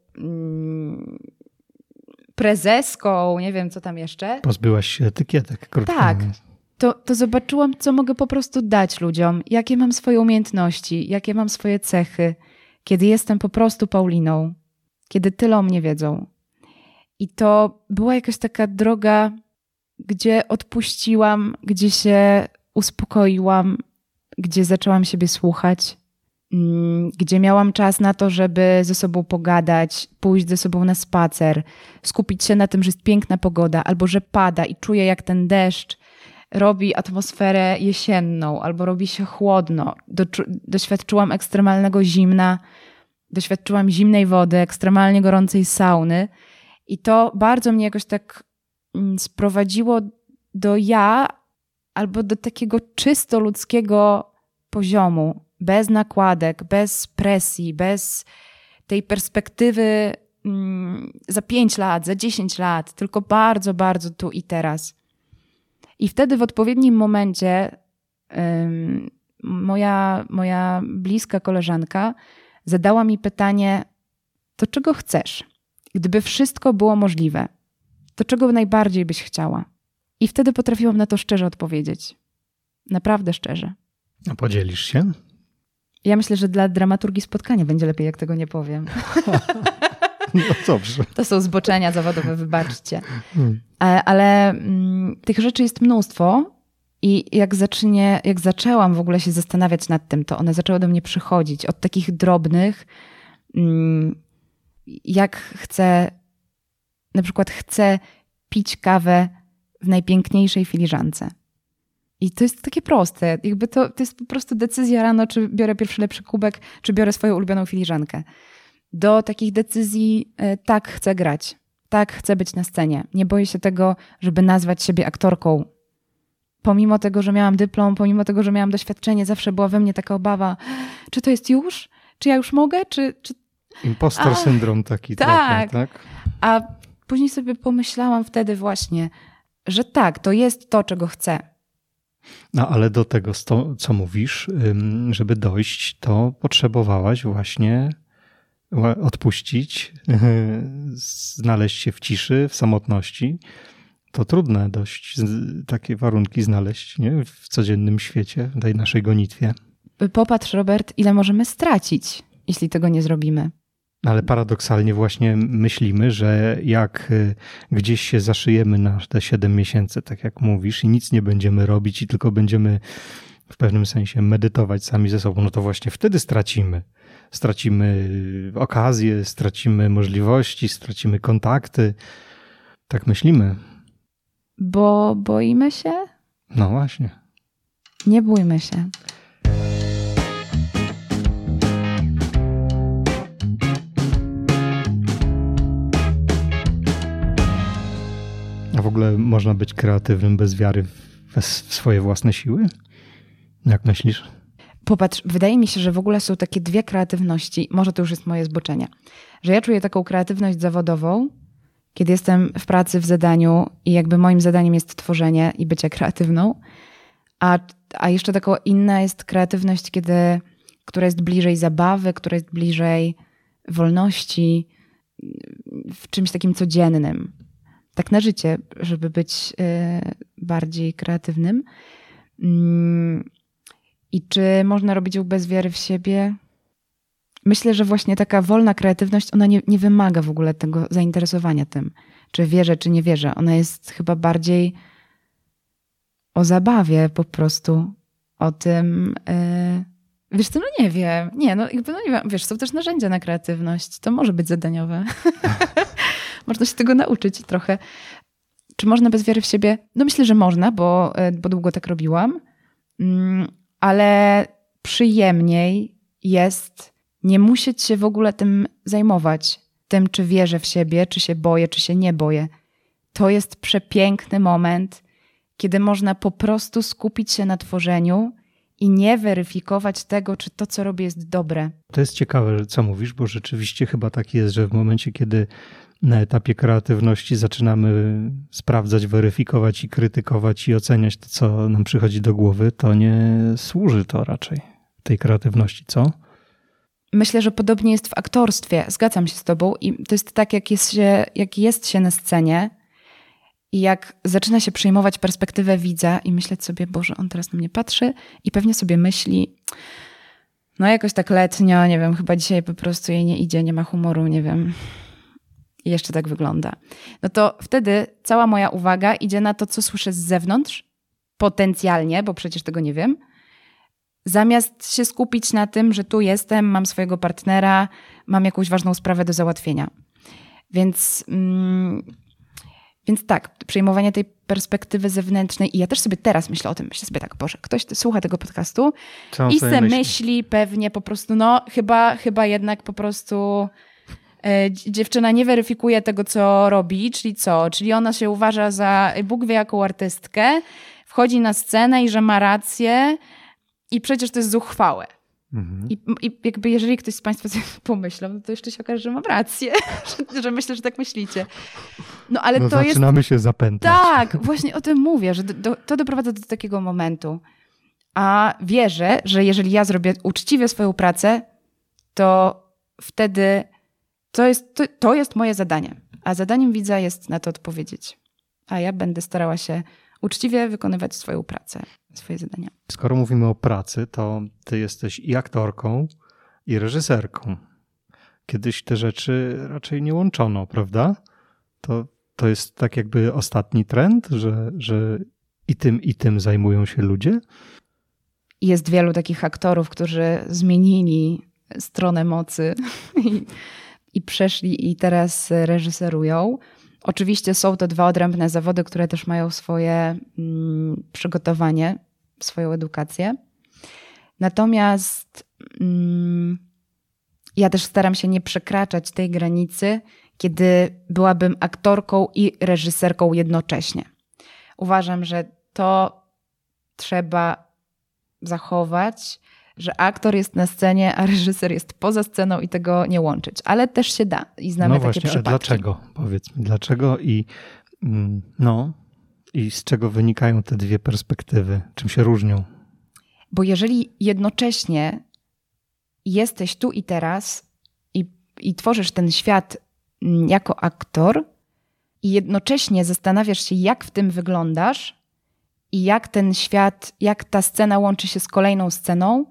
prezeską, nie wiem co tam jeszcze. Pozbyłaś się etykietek. Tak. To zobaczyłam, co mogę po prostu dać ludziom, jakie mam swoje umiejętności, jakie mam swoje cechy, kiedy jestem po prostu Pauliną, kiedy tyle o mnie wiedzą. I to była jakaś taka droga, gdzie odpuściłam, gdzie się uspokoiłam, gdzie zaczęłam siebie słuchać, gdzie miałam czas na to, żeby ze sobą pogadać, pójść ze sobą na spacer, skupić się na tym, że jest piękna pogoda, albo że pada i czuję, jak ten deszcz robi atmosferę jesienną, albo robi się chłodno. Doświadczyłam ekstremalnego zimna, doświadczyłam zimnej wody, ekstremalnie gorącej sauny i to bardzo mnie jakoś tak sprowadziło do albo do takiego czysto ludzkiego poziomu, bez nakładek, bez presji, bez tej perspektywy za 5 lat, za 10 lat, tylko bardzo, bardzo tu i teraz. I wtedy w odpowiednim momencie moja bliska koleżanka zadała mi pytanie, to czego chcesz? Gdyby wszystko było możliwe, to czego najbardziej byś chciała? I wtedy potrafiłam na to szczerze odpowiedzieć. Naprawdę szczerze. A podzielisz się? Ja myślę, że dla dramaturgii spotkania będzie lepiej, jak tego nie powiem. No dobrze. To są zboczenia zawodowe, wybaczcie. Ale tych rzeczy jest mnóstwo i jak zaczęłam w ogóle się zastanawiać nad tym, to one zaczęły do mnie przychodzić od takich drobnych, jak na przykład chcę pić kawę w najpiękniejszej filiżance. I to jest takie proste. Jakby to jest po prostu decyzja rano, czy biorę pierwszy lepszy kubek, czy biorę swoją ulubioną filiżankę. Do takich decyzji tak chcę grać, tak chcę być na scenie. Nie boję się tego, żeby nazwać siebie aktorką. Pomimo tego, że miałam dyplom, pomimo tego, że miałam doświadczenie, zawsze była we mnie taka obawa, czy to jest już? Czy ja już mogę? Czy... Impostor syndrom taki tak. trochę, tak? A później sobie pomyślałam wtedy właśnie, że tak, to jest to, czego chcę. No ale do tego, co mówisz, żeby dojść, to potrzebowałaś właśnie odpuścić, znaleźć się w ciszy, w samotności. To trudne dość takie warunki znaleźć, nie? W codziennym świecie, w tej naszej gonitwie. Popatrz, Robert, ile możemy stracić, jeśli tego nie zrobimy. Ale paradoksalnie właśnie myślimy, że jak gdzieś się zaszyjemy na te 7 miesięcy, tak jak mówisz, i nic nie będziemy robić i tylko będziemy w pewnym sensie medytować sami ze sobą, no to właśnie wtedy stracimy. Stracimy okazję, stracimy możliwości, stracimy kontakty. Tak myślimy. Bo boimy się? No właśnie. Nie bójmy się. A w ogóle można być kreatywnym bez wiary w swoje własne siły? Jak myślisz? Popatrz, wydaje mi się, że w ogóle są takie dwie kreatywności, może to już jest moje zboczenie, że ja czuję taką kreatywność zawodową, kiedy jestem w pracy, w zadaniu i jakby moim zadaniem jest tworzenie i bycie kreatywną, a jeszcze taka inna jest kreatywność, która jest bliżej zabawy, która jest bliżej wolności, w czymś takim codziennym. Tak na życie, żeby być bardziej kreatywnym. I czy można robić ją bez wiary w siebie? Myślę, że właśnie taka wolna kreatywność, ona nie wymaga w ogóle tego zainteresowania tym, czy wierzę, czy nie wierzę. Ona jest chyba bardziej o zabawie po prostu, o tym... Wiesz co, no nie wiem. Nie wiem. Wiesz, są też narzędzia na kreatywność. To może być zadaniowe. Można się tego nauczyć trochę. Czy można bez wiary w siebie? No myślę, że można, bo długo tak robiłam. Ale przyjemniej jest nie musieć się w ogóle tym zajmować. Tym, czy wierzę w siebie, czy się boję, czy się nie boję. To jest przepiękny moment, kiedy można po prostu skupić się na tworzeniu i nie weryfikować tego, czy to, co robię, jest dobre. To jest ciekawe, co mówisz, bo rzeczywiście chyba tak jest, że w momencie, kiedy na etapie kreatywności zaczynamy sprawdzać, weryfikować i krytykować i oceniać to, co nam przychodzi do głowy, to nie służy to raczej tej kreatywności, co? Myślę, że podobnie jest w aktorstwie. Zgadzam się z tobą i to jest tak, jak jest się na scenie i jak zaczyna się przyjmować perspektywę widza i myśleć sobie, Boże, on teraz na mnie patrzy i pewnie sobie myśli, no jakoś tak letnio, nie wiem, chyba dzisiaj po prostu jej nie idzie, nie ma humoru, nie wiem. I jeszcze tak wygląda. No to wtedy cała moja uwaga idzie na to, co słyszę z zewnątrz, potencjalnie, bo przecież tego nie wiem, zamiast się skupić na tym, że tu jestem, mam swojego partnera, mam jakąś ważną sprawę do załatwienia. Więc tak, przyjmowanie tej perspektywy zewnętrznej i ja też sobie teraz myślę o tym, myślę sobie tak, Boże, ktoś słucha tego podcastu i se myśli pewnie po prostu, no chyba jednak po prostu dziewczyna nie weryfikuje tego, co robi, czyli co? Czyli ona się uważa za Bóg wie jaką artystkę, wchodzi na scenę i że ma rację i przecież to jest zuchwałe. Mhm. I jakby jeżeli ktoś z Państwa sobie pomyślał, no to jeszcze się okaże, że mam rację, że myślę, że tak myślicie. No ale to zaczynamy się zapętlać. Tak, właśnie o tym mówię, że to doprowadza do takiego momentu. A wierzę, że jeżeli ja zrobię uczciwie swoją pracę, to wtedy to jest moje zadanie. A zadaniem widza jest na to odpowiedzieć. A ja będę starała się uczciwie wykonywać swoją pracę, swoje zadania. Skoro mówimy o pracy, to ty jesteś i aktorką, i reżyserką. Kiedyś te rzeczy raczej nie łączono, prawda? To jest tak jakby ostatni trend, że i tym zajmują się ludzie? Jest wielu takich aktorów, którzy zmienili stronę mocy i przeszli i teraz reżyserują. Oczywiście są to dwa odrębne zawody, które też mają swoje przygotowanie, swoją edukację. Natomiast ja też staram się nie przekraczać tej granicy, kiedy byłabym aktorką i reżyserką jednocześnie. Uważam, że to trzeba zachować, że aktor jest na scenie, a reżyser jest poza sceną i tego nie łączyć. Ale też się da i znamy takie przypadki. A dlaczego? Powiedz mi, dlaczego i z czego wynikają te dwie perspektywy? Czym się różnią? Bo jeżeli jednocześnie jesteś tu i teraz i tworzysz ten świat jako aktor i jednocześnie zastanawiasz się, jak w tym wyglądasz i jak ten świat, jak ta scena łączy się z kolejną sceną,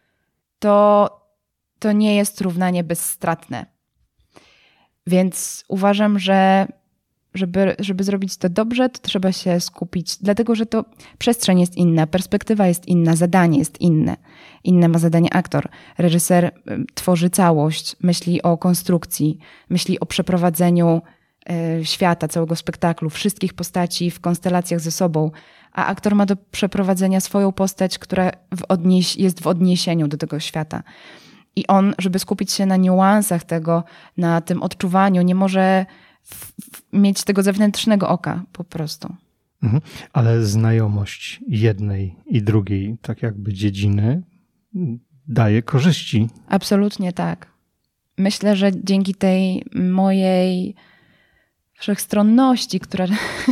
to nie jest równanie bezstratne. Więc uważam, że żeby zrobić to dobrze, to trzeba się skupić, dlatego że to przestrzeń jest inna, perspektywa jest inna, zadanie jest inne. Inne ma zadanie aktor. Reżyser tworzy całość, myśli o konstrukcji, myśli o przeprowadzeniu świata, całego spektaklu, wszystkich postaci w konstelacjach ze sobą, a aktor ma do przeprowadzenia swoją postać, która jest w odniesieniu do tego świata. I on, żeby skupić się na niuansach tego, na tym odczuwaniu, nie może mieć tego zewnętrznego oka po prostu. Ale znajomość jednej i drugiej, tak jakby dziedziny, daje korzyści. Absolutnie tak. Myślę, że dzięki tej mojej wszechstronności, która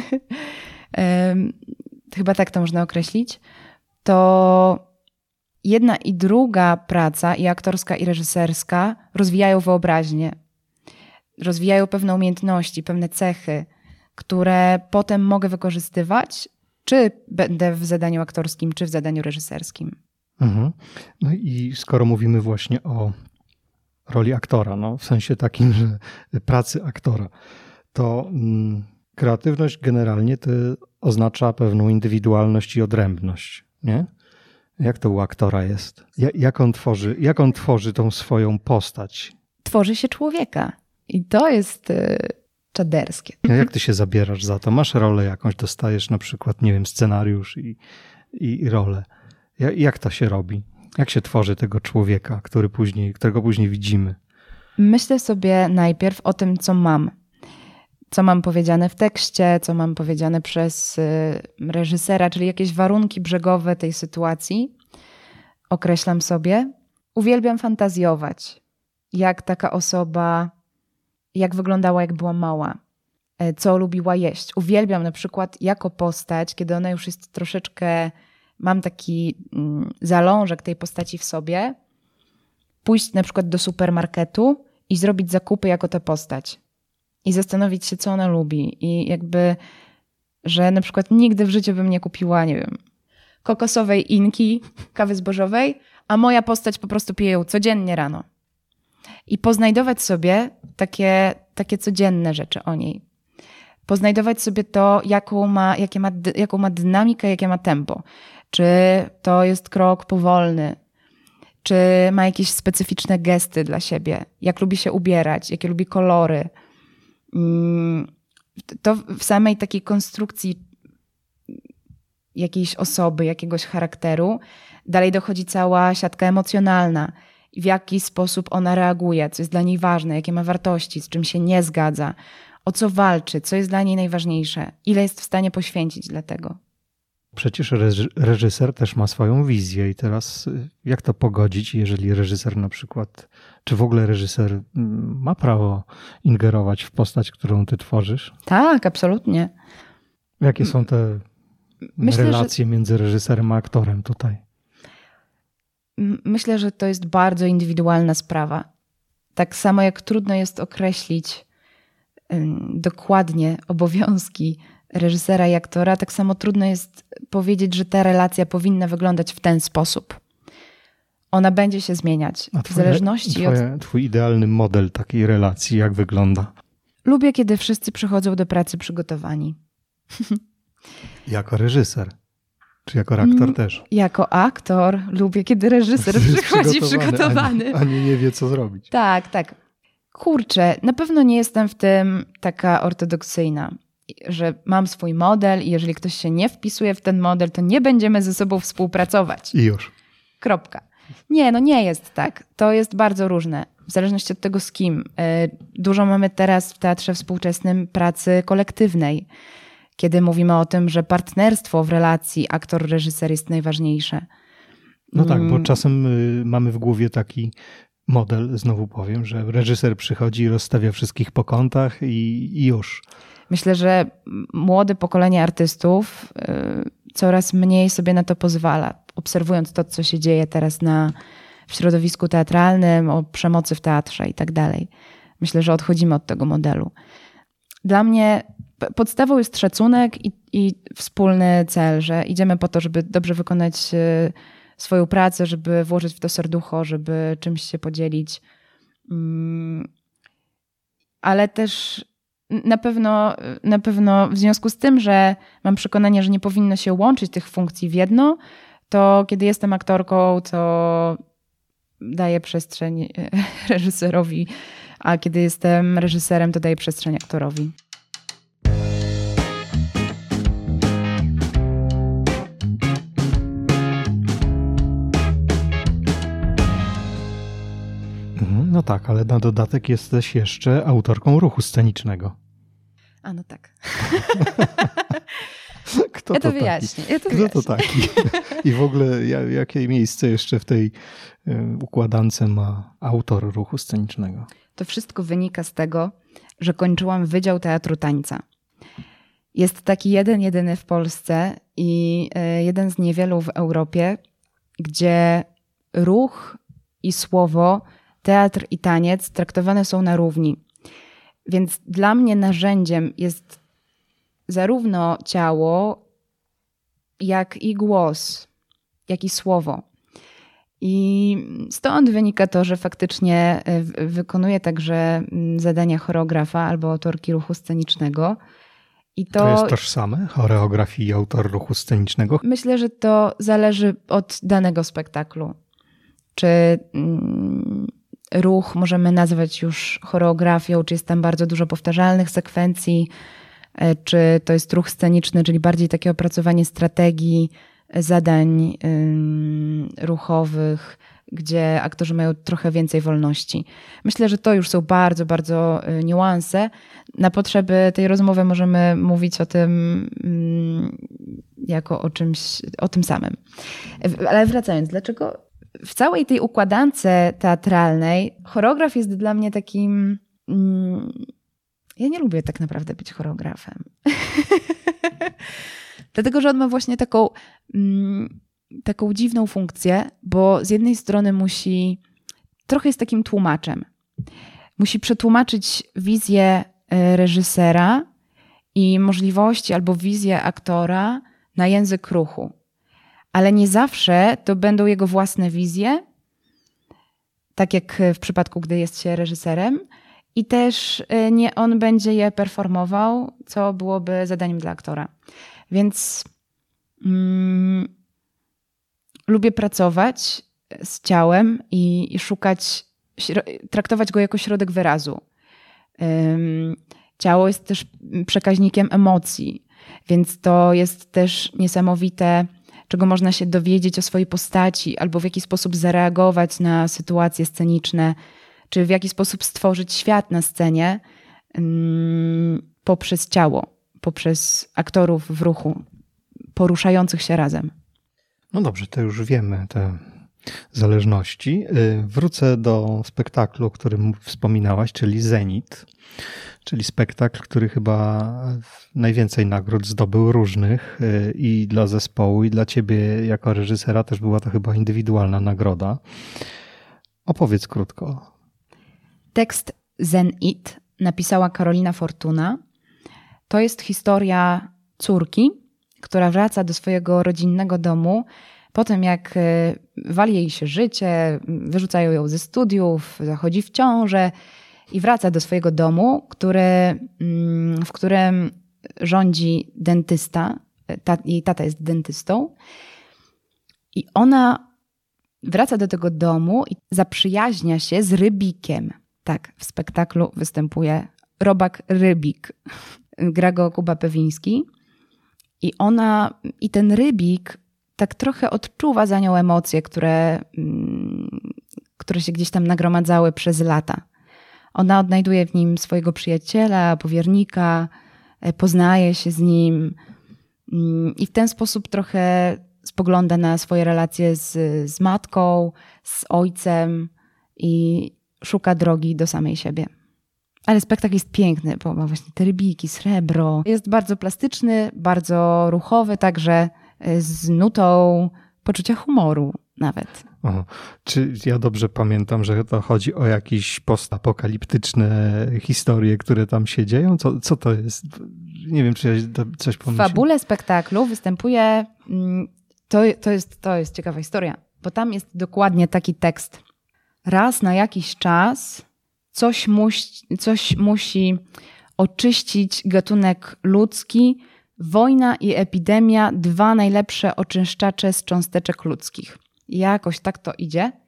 chyba tak to można określić, to jedna i druga praca, i aktorska, i reżyserska, rozwijają wyobraźnię. Rozwijają pewne umiejętności, pewne cechy, które potem mogę wykorzystywać, czy będę w zadaniu aktorskim, czy w zadaniu reżyserskim. No i skoro mówimy właśnie o roli aktora, no w sensie takim, że pracy aktora, to kreatywność generalnie to oznacza pewną indywidualność i odrębność, nie? Jak to u aktora jest? Jak on tworzy tą swoją postać? Tworzy się człowieka. I to jest czaderskie. A jak ty się zabierasz za to? Masz rolę jakąś, dostajesz na przykład, nie wiem, scenariusz i rolę. Jak to się robi? Jak się tworzy tego człowieka, którego później widzimy? Myślę sobie najpierw o tym, co mam. Co mam powiedziane w tekście, co mam powiedziane przez reżysera, czyli jakieś warunki brzegowe tej sytuacji. Określam sobie. Uwielbiam fantazjować, jak taka osoba, jak wyglądała, jak była mała, co lubiła jeść. Uwielbiam na przykład jako postać, kiedy ona już jest troszeczkę, mam taki zalążek tej postaci w sobie, pójść na przykład do supermarketu i zrobić zakupy jako ta postać. I zastanowić się, co ona lubi. I jakby, że na przykład nigdy w życiu bym nie kupiła, nie wiem, kokosowej inki, kawy zbożowej, a moja postać po prostu pije ją codziennie rano. I poznajdować sobie takie codzienne rzeczy o niej. Poznajdować sobie to, jaką ma dynamikę, jakie ma tempo. Czy to jest krok powolny, czy ma jakieś specyficzne gesty dla siebie, jak lubi się ubierać, jakie lubi kolory. To w samej takiej konstrukcji jakiejś osoby, jakiegoś charakteru, dalej dochodzi cała siatka emocjonalna. I w jaki sposób ona reaguje, co jest dla niej ważne, jakie ma wartości, z czym się nie zgadza, o co walczy, co jest dla niej najważniejsze, ile jest w stanie poświęcić dla tego. Przecież reżyser też ma swoją wizję i teraz jak to pogodzić, jeżeli reżyser na przykład, czy w ogóle reżyser ma prawo ingerować w postać, którą ty tworzysz? Tak, absolutnie. Jakie są te relacje między reżyserem a aktorem tutaj? Myślę, że to jest bardzo indywidualna sprawa. Tak samo jak trudno jest określić dokładnie obowiązki reżysera i aktora, tak samo trudno jest powiedzieć, że ta relacja powinna wyglądać w ten sposób. Ona będzie się zmieniać w zależności od... Twój idealny model takiej relacji, jak wygląda? Lubię, kiedy wszyscy przychodzą do pracy przygotowani. Jako reżyser? Czy jako aktor też? Jako aktor lubię, kiedy reżyser przychodzi przygotowany. Ani nie wie, co zrobić. Tak. Kurczę, na pewno nie jestem w tym taka ortodoksyjna, że mam swój model i jeżeli ktoś się nie wpisuje w ten model, to nie będziemy ze sobą współpracować. I już. Kropka. Nie, no nie jest tak. To jest bardzo różne. W zależności od tego z kim. Dużo mamy teraz w teatrze współczesnym pracy kolektywnej, kiedy mówimy o tym, że partnerstwo w relacji aktor-reżyser jest najważniejsze. No tak, bo czasem mamy w głowie taki model, znowu powiem, że reżyser przychodzi i rozstawia wszystkich po kątach i już. Myślę, że młode pokolenie artystów coraz mniej sobie na to pozwala, obserwując to, co się dzieje teraz w środowisku teatralnym, o przemocy w teatrze i tak dalej. Myślę, że odchodzimy od tego modelu. Dla mnie podstawą jest szacunek i wspólny cel, że idziemy po to, żeby dobrze wykonać swoją pracę, żeby włożyć w to serducho, żeby czymś się podzielić. Ale też na pewno w związku z tym, że mam przekonanie, że nie powinno się łączyć tych funkcji w jedno, to kiedy jestem aktorką, to daję przestrzeń reżyserowi a kiedy jestem reżyserem, to daję przestrzeń aktorowi. No tak, ale na dodatek jesteś jeszcze autorką ruchu scenicznego. A no tak. Kto to wyjaśnię. Kto to taki? I w ogóle jakie miejsce jeszcze w tej układance ma autor ruchu scenicznego? To wszystko wynika z tego, że kończyłam Wydział Teatru Tańca. Jest taki jedyny w Polsce i jeden z niewielu w Europie, gdzie ruch i słowo, teatr i taniec traktowane są na równi. Więc dla mnie narzędziem jest zarówno ciało, jak i głos, jak i słowo. I stąd wynika to, że faktycznie wykonuję także zadania choreografa albo autorki ruchu scenicznego. I to jest tożsame? Choreografii i autor ruchu scenicznego? Myślę, że to zależy od danego spektaklu. Czy ruch możemy nazwać już choreografią, czy jest tam bardzo dużo powtarzalnych sekwencji, czy to jest ruch sceniczny, czyli bardziej takie opracowanie strategii, zadań ruchowych, gdzie aktorzy mają trochę więcej wolności. Myślę, że to już są bardzo, bardzo niuanse. Na potrzeby tej rozmowy możemy mówić o tym jako o tym samym. Ale wracając, dlaczego w całej tej układance teatralnej choreograf jest dla mnie takim... Ja nie lubię tak naprawdę być choreografem. Dlatego, że on ma właśnie taką dziwną funkcję, bo z jednej strony trochę jest takim tłumaczem. Musi przetłumaczyć wizję reżysera i możliwości albo wizję aktora na język ruchu. Ale nie zawsze to będą jego własne wizje, tak jak w przypadku, gdy jest się reżyserem, i też nie on będzie je performował, co byłoby zadaniem dla aktora. Więc lubię pracować z ciałem i szukać, traktować go jako środek wyrazu. Ciało jest też przekaźnikiem emocji, więc to jest też niesamowite, czego można się dowiedzieć o swojej postaci, albo w jaki sposób zareagować na sytuacje sceniczne, czy w jaki sposób stworzyć świat na scenie poprzez ciało, poprzez aktorów w ruchu, poruszających się razem. No dobrze, to już wiemy te zależności. Wrócę do spektaklu, o którym wspominałaś, czyli Zenit, czyli spektakl, który chyba najwięcej nagród zdobył różnych i dla zespołu, i dla ciebie jako reżysera też była to chyba indywidualna nagroda. Opowiedz krótko. Tekst Zenit napisała Karolina Fortuna. To jest historia córki, która wraca do swojego rodzinnego domu po tym, jak wali jej się życie, wyrzucają ją ze studiów, zachodzi w ciążę i wraca do swojego domu, w którym rządzi dentysta. Jej tata jest dentystą. I ona wraca do tego domu i zaprzyjaźnia się z Rybikiem. Tak, w spektaklu występuje robak Rybik. Gra go Kuba Pewiński. I ten Rybik tak trochę odczuwa za nią emocje, które się gdzieś tam nagromadzały przez lata. Ona odnajduje w nim swojego przyjaciela, powiernika, poznaje się z nim i w ten sposób trochę spogląda na swoje relacje z matką, z ojcem i szuka drogi do samej siebie. Ale spektakl jest piękny, bo ma właśnie te rybiki, srebro. Jest bardzo plastyczny, bardzo ruchowy, także z nutą poczucia humoru nawet. Czy ja dobrze pamiętam, że to chodzi o jakieś postapokaliptyczne historie, które tam się dzieją? Co to jest? Nie wiem, czy ja coś pomyślałem. W fabule spektaklu występuje... To jest ciekawa historia, bo tam jest dokładnie taki tekst. Raz na jakiś czas coś musi oczyścić gatunek ludzki. Wojna i epidemia, 2 najlepsze oczyszczacze z cząsteczek ludzkich. Jakoś tak to idzie.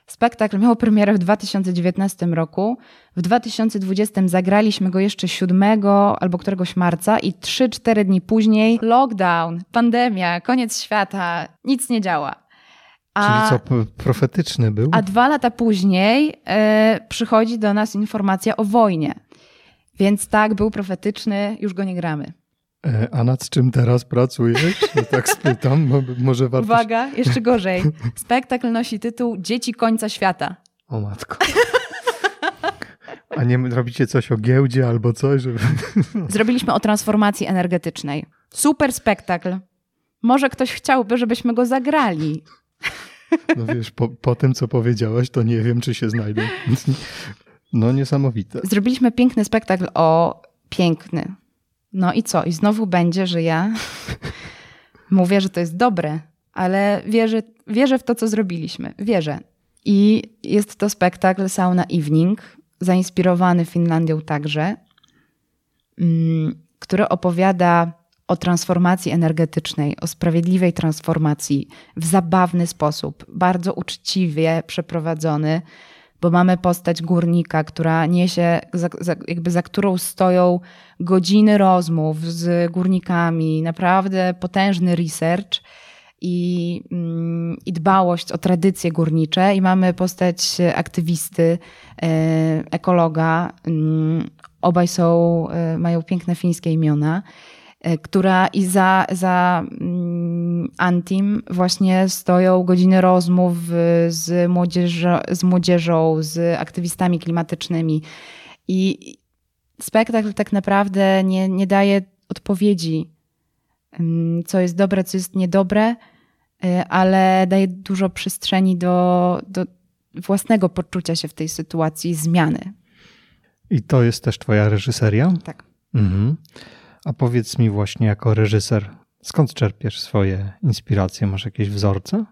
Spektakl miał premierę w 2019 roku. W 2020 zagraliśmy go jeszcze 7 albo któregoś marca i 3-4 dni później lockdown, pandemia, koniec świata, nic nie działa. Czyli co, profetyczny był? A 2 lata później przychodzi do nas informacja o wojnie. Więc tak, był profetyczny, już go nie gramy. A nad czym teraz pracujesz? Tak spytam, może warto... Uwaga, jeszcze gorzej. Spektakl nosi tytuł Dzieci końca świata. O matko. A nie robicie coś o giełdzie albo coś? Żeby... Zrobiliśmy o transformacji energetycznej. Super spektakl. Może ktoś chciałby, żebyśmy go zagrali. No wiesz, po tym, co powiedziałaś, to nie wiem, czy się znajdą. No niesamowite. Zrobiliśmy piękny spektakl piękny. No i co? I znowu będzie, że ja mówię, że to jest dobre, ale wierzę w to, co zrobiliśmy. Wierzę. I jest to spektakl Sauna Evening, zainspirowany Finlandią także, który opowiada o transformacji energetycznej, o sprawiedliwej transformacji w zabawny sposób, bardzo uczciwie przeprowadzony, bo mamy postać górnika, która niesie, za którą stoją godziny rozmów z górnikami, naprawdę potężny research i dbałość o tradycje górnicze. I mamy postać aktywisty, ekologa, obaj mają piękne fińskie imiona, która i za Antim właśnie stoją godziny rozmów z młodzieżą, z aktywistami klimatycznymi. I spektakl tak naprawdę nie daje odpowiedzi, co jest dobre, co jest niedobre, ale daje dużo przestrzeni do własnego poczucia się w tej sytuacji, zmiany. I to jest też twoja reżyseria? Tak. Mhm. A powiedz mi właśnie jako reżyser, skąd czerpiesz swoje inspiracje? Masz jakieś wzorce?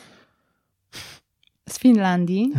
Z Finlandii.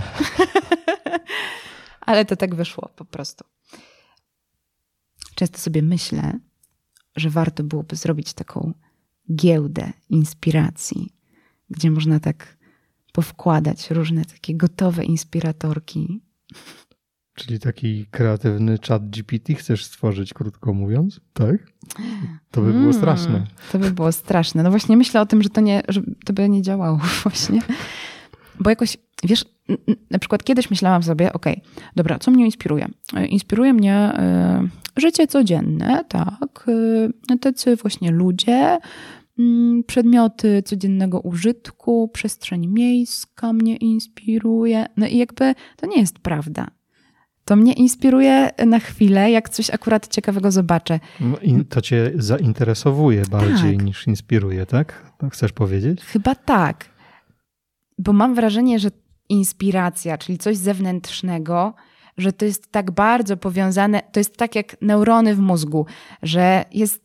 Ale to tak wyszło po prostu. Często sobie myślę, że warto byłoby zrobić taką giełdę inspiracji, gdzie można tak powkładać różne takie gotowe inspiratorki. Czyli taki kreatywny chat GPT chcesz stworzyć, krótko mówiąc, tak? To by było straszne. To by było straszne. No właśnie myślę o tym, że to by nie działało właśnie. Bo jakoś, wiesz, na przykład kiedyś myślałam sobie, dobra, co mnie inspiruje? Inspiruje mnie życie codzienne, tak? Tacy właśnie ludzie, przedmioty codziennego użytku, przestrzeń miejska mnie inspiruje. No i jakby to nie jest prawda. To mnie inspiruje na chwilę, jak coś akurat ciekawego zobaczę. No i to cię zainteresowuje bardziej niż inspiruje, tak? To chcesz powiedzieć? Chyba tak. Bo mam wrażenie, że inspiracja, czyli coś zewnętrznego, że to jest tak bardzo powiązane, to jest tak jak neurony w mózgu, że jest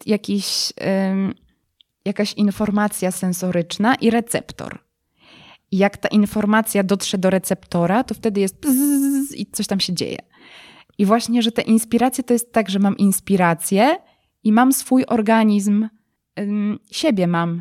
jakaś informacja sensoryczna i receptor. I jak ta informacja dotrze do receptora, to wtedy jest bzzz i coś tam się dzieje. I właśnie, że te inspiracje to jest tak, że mam inspirację i mam swój organizm, siebie mam.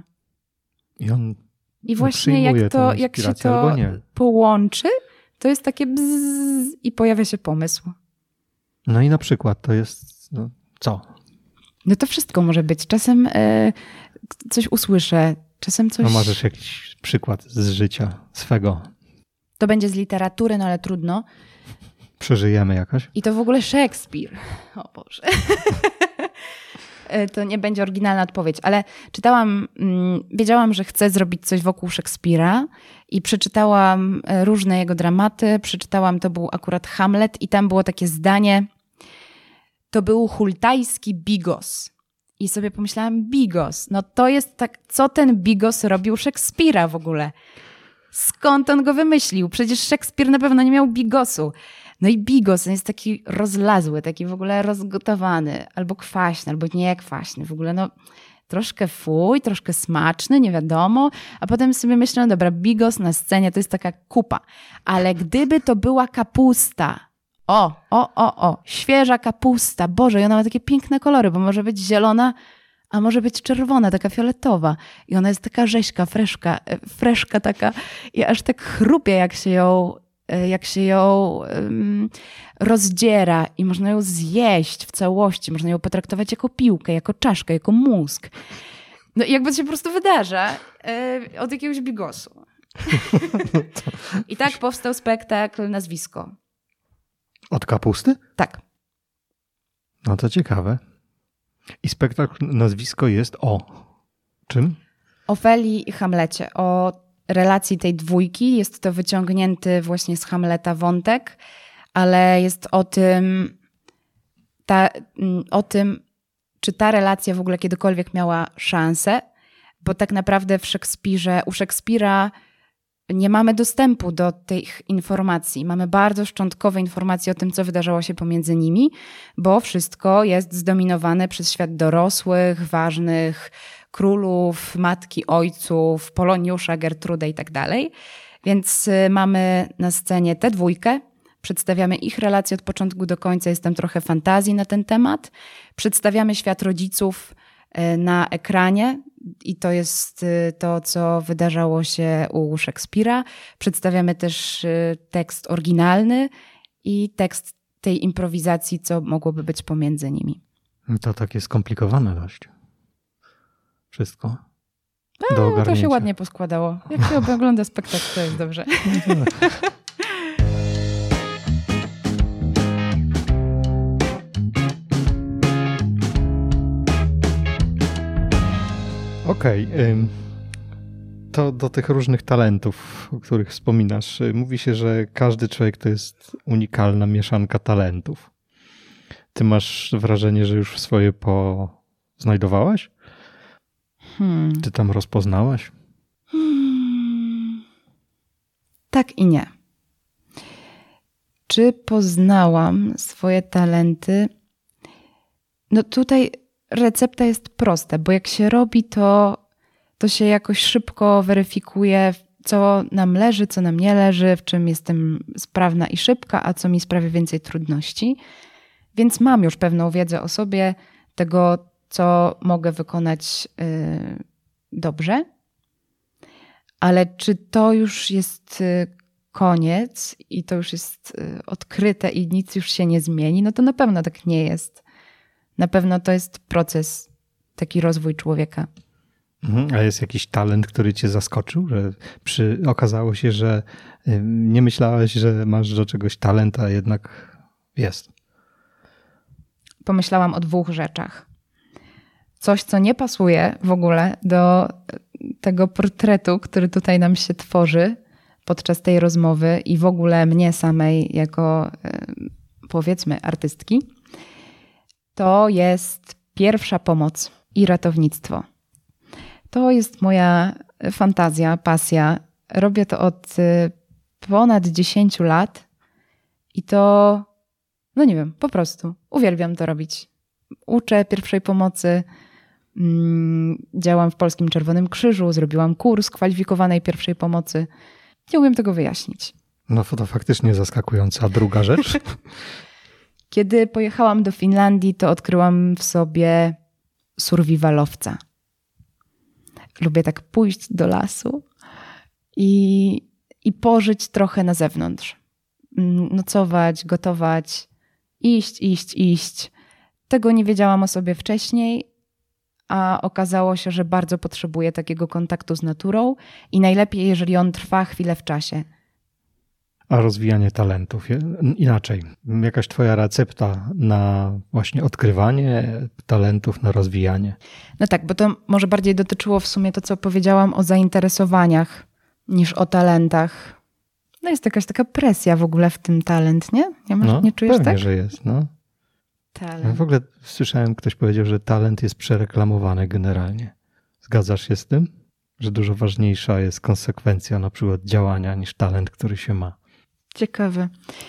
I właśnie jak się to połączy, to jest takie bzzz i pojawia się pomysł. No i na przykład to jest co? No to wszystko może być. Czasem coś usłyszę, czasem coś... No możesz jakiś przykład z życia swego. To będzie z literatury, no ale trudno. Przeżyjemy jakoś. I to w ogóle Szekspir. O Boże. To nie będzie oryginalna odpowiedź, ale wiedziałam, że chcę zrobić coś wokół Szekspira i przeczytałam różne jego dramaty. To był akurat Hamlet i tam było takie zdanie, to był hultajski bigos. I sobie pomyślałam, bigos, no to jest tak, co ten bigos robił Szekspira w ogóle? Skąd on go wymyślił? Przecież Szekspir na pewno nie miał bigosu. No i bigos, on jest taki rozlazły, taki w ogóle rozgotowany, albo kwaśny, albo nie kwaśny. W ogóle troszkę fuj, troszkę smaczny, nie wiadomo. A potem sobie myślę, no dobra, bigos na scenie to jest taka kupa. Ale gdyby to była kapusta, świeża kapusta, Boże, i ona ma takie piękne kolory, bo może być zielona, a może być czerwona, taka fioletowa. I ona jest taka rzeźka, freszka taka i aż tak chrupie, jak się ją rozdziera i można ją zjeść w całości, można ją potraktować jako piłkę, jako czaszkę, jako mózg. No i jakby to się po prostu wydarza od jakiegoś bigosu. I tak powstał spektakl Nazwisko. Od kapusty? Tak. No to ciekawe. I spektakl Nazwisko jest o czym? O Ofelii i Hamlecie, o relacji tej dwójki. Jest to wyciągnięty właśnie z Hamleta wątek, ale jest o tym, czy ta relacja w ogóle kiedykolwiek miała szansę, bo tak naprawdę u Szekspira nie mamy dostępu do tych informacji. Mamy bardzo szczątkowe informacje o tym, co wydarzało się pomiędzy nimi, bo wszystko jest zdominowane przez świat dorosłych, ważnych, królów, matki, ojców, Poloniusza, Gertrudę i tak dalej. Więc mamy na scenie tę dwójkę, przedstawiamy ich relacje od początku do końca, jest tam trochę fantazji na ten temat. Przedstawiamy świat rodziców na ekranie i to jest to, co wydarzało się u Szekspira. Przedstawiamy też tekst oryginalny i tekst tej improwizacji, co mogłoby być pomiędzy nimi. To takie skomplikowane dość. Wszystko. To się ładnie poskładało. Jak się ogląda spektakl, to jest dobrze. Okej. To do tych różnych talentów, o których wspominasz. Mówi się, że każdy człowiek to jest unikalna mieszanka talentów. Ty masz wrażenie, że już swoje znajdowałaś? Czy tam rozpoznałaś? Tak i nie. Czy poznałam swoje talenty? No tutaj recepta jest prosta, bo jak się robi, to się jakoś szybko weryfikuje, co nam leży, co nam nie leży, w czym jestem sprawna i szybka, a co mi sprawia więcej trudności. Więc mam już pewną wiedzę o sobie, tego, co mogę wykonać dobrze. Ale czy to już jest koniec i to już jest odkryte i nic już się nie zmieni? No to na pewno tak nie jest. Na pewno to jest proces, taki rozwój człowieka. A jest jakiś talent, który cię zaskoczył? Że okazało się, że nie myślałaś, że masz do czegoś talent, a jednak jest. Pomyślałam o 2 rzeczach. Coś, co nie pasuje w ogóle do tego portretu, który tutaj nam się tworzy podczas tej rozmowy i w ogóle mnie samej jako, powiedzmy, artystki, to jest pierwsza pomoc i ratownictwo. To jest moja fantazja, pasja. Robię to od ponad 10 lat i to, no nie wiem, po prostu uwielbiam to robić. Uczę pierwszej pomocy, działam w Polskim Czerwonym Krzyżu, zrobiłam kurs kwalifikowanej pierwszej pomocy. Nie umiem tego wyjaśnić. No to faktycznie zaskakująca. A druga rzecz? Kiedy pojechałam do Finlandii, to odkryłam w sobie survivalowca. Lubię tak pójść do lasu i pożyć trochę na zewnątrz. Nocować, gotować, iść. Tego nie wiedziałam o sobie wcześniej, a okazało się, że bardzo potrzebuję takiego kontaktu z naturą i najlepiej, jeżeli on trwa chwilę w czasie. A rozwijanie talentów? Inaczej. Jakaś twoja recepta na właśnie odkrywanie talentów, na rozwijanie? No tak, bo to może bardziej dotyczyło w sumie to, co powiedziałam o zainteresowaniach niż o talentach. No jest jakaś taka presja w ogóle w tym talent, nie? Nie czujesz pewnie, tak? że jest, no. Talent. Ja w ogóle słyszałem, ktoś powiedział, że talent jest przereklamowany generalnie. Zgadzasz się z tym? Że dużo ważniejsza jest konsekwencja na przykład działania niż talent, który się ma. Ciekawe.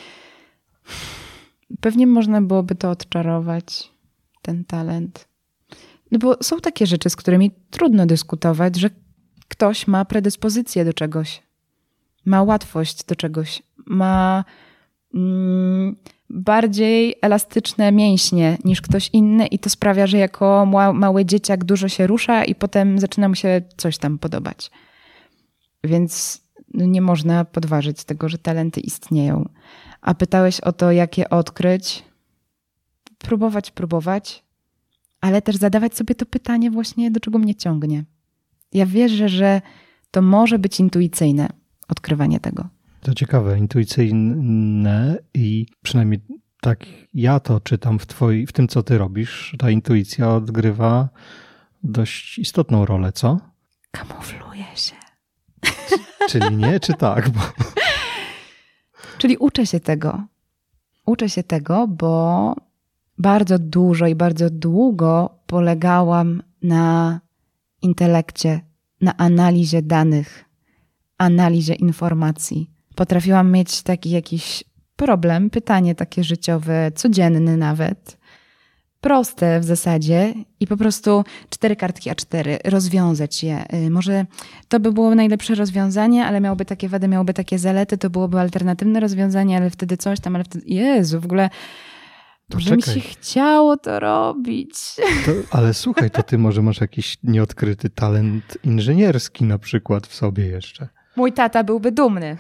Pewnie można byłoby to odczarować, ten talent. No bo są takie rzeczy, z którymi trudno dyskutować, że ktoś ma predyspozycję do czegoś, ma łatwość do czegoś, ma bardziej elastyczne mięśnie niż ktoś inny i to sprawia, że jako mały dzieciak dużo się rusza i potem zaczyna mu się coś tam podobać. Więc nie można podważyć tego, że talenty istnieją. A pytałeś o to, jak je odkryć? Próbować, ale też zadawać sobie to pytanie właśnie, do czego mnie ciągnie. Ja wierzę, że to może być intuicyjne odkrywanie tego. To ciekawe, intuicyjne i przynajmniej tak ja to czytam w tym, co ty robisz. Ta intuicja odgrywa dość istotną rolę, co? Kamufluje się. Czyli nie, czy tak? Czyli uczę się tego. Uczę się tego, bo bardzo dużo i bardzo długo polegałam na intelekcie, na analizie danych, analizie informacji. Potrafiłam mieć taki jakiś problem, pytanie takie życiowe, codzienny nawet, proste w zasadzie i po prostu 4 kartki A4, rozwiązać je. Może to by było najlepsze rozwiązanie, ale miałoby takie wady, miałoby takie zalety, to byłoby alternatywne rozwiązanie, ale wtedy coś tam, ale wtedy... Jezu, w ogóle... Że mi się chciało to robić. Ale słuchaj, to ty może masz jakiś nieodkryty talent inżynierski na przykład w sobie jeszcze. Mój tata byłby dumny.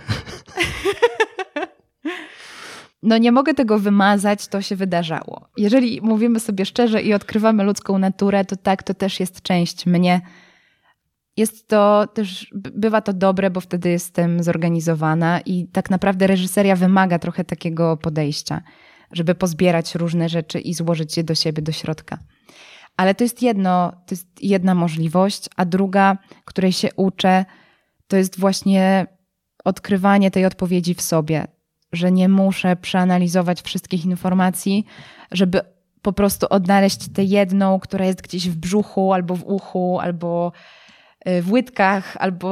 No nie mogę tego wymazać, to się wydarzało. Jeżeli mówimy sobie szczerze i odkrywamy ludzką naturę, to tak, to też jest część mnie. Jest to też, bywa to dobre, bo wtedy jestem zorganizowana i tak naprawdę reżyseria wymaga trochę takiego podejścia, żeby pozbierać różne rzeczy i złożyć je do siebie, do środka. Ale to jest jedna możliwość, a druga, której się uczę, to jest właśnie odkrywanie tej odpowiedzi w sobie, że nie muszę przeanalizować wszystkich informacji, żeby po prostu odnaleźć tę jedną, która jest gdzieś w brzuchu, albo w uchu, albo w łydkach, albo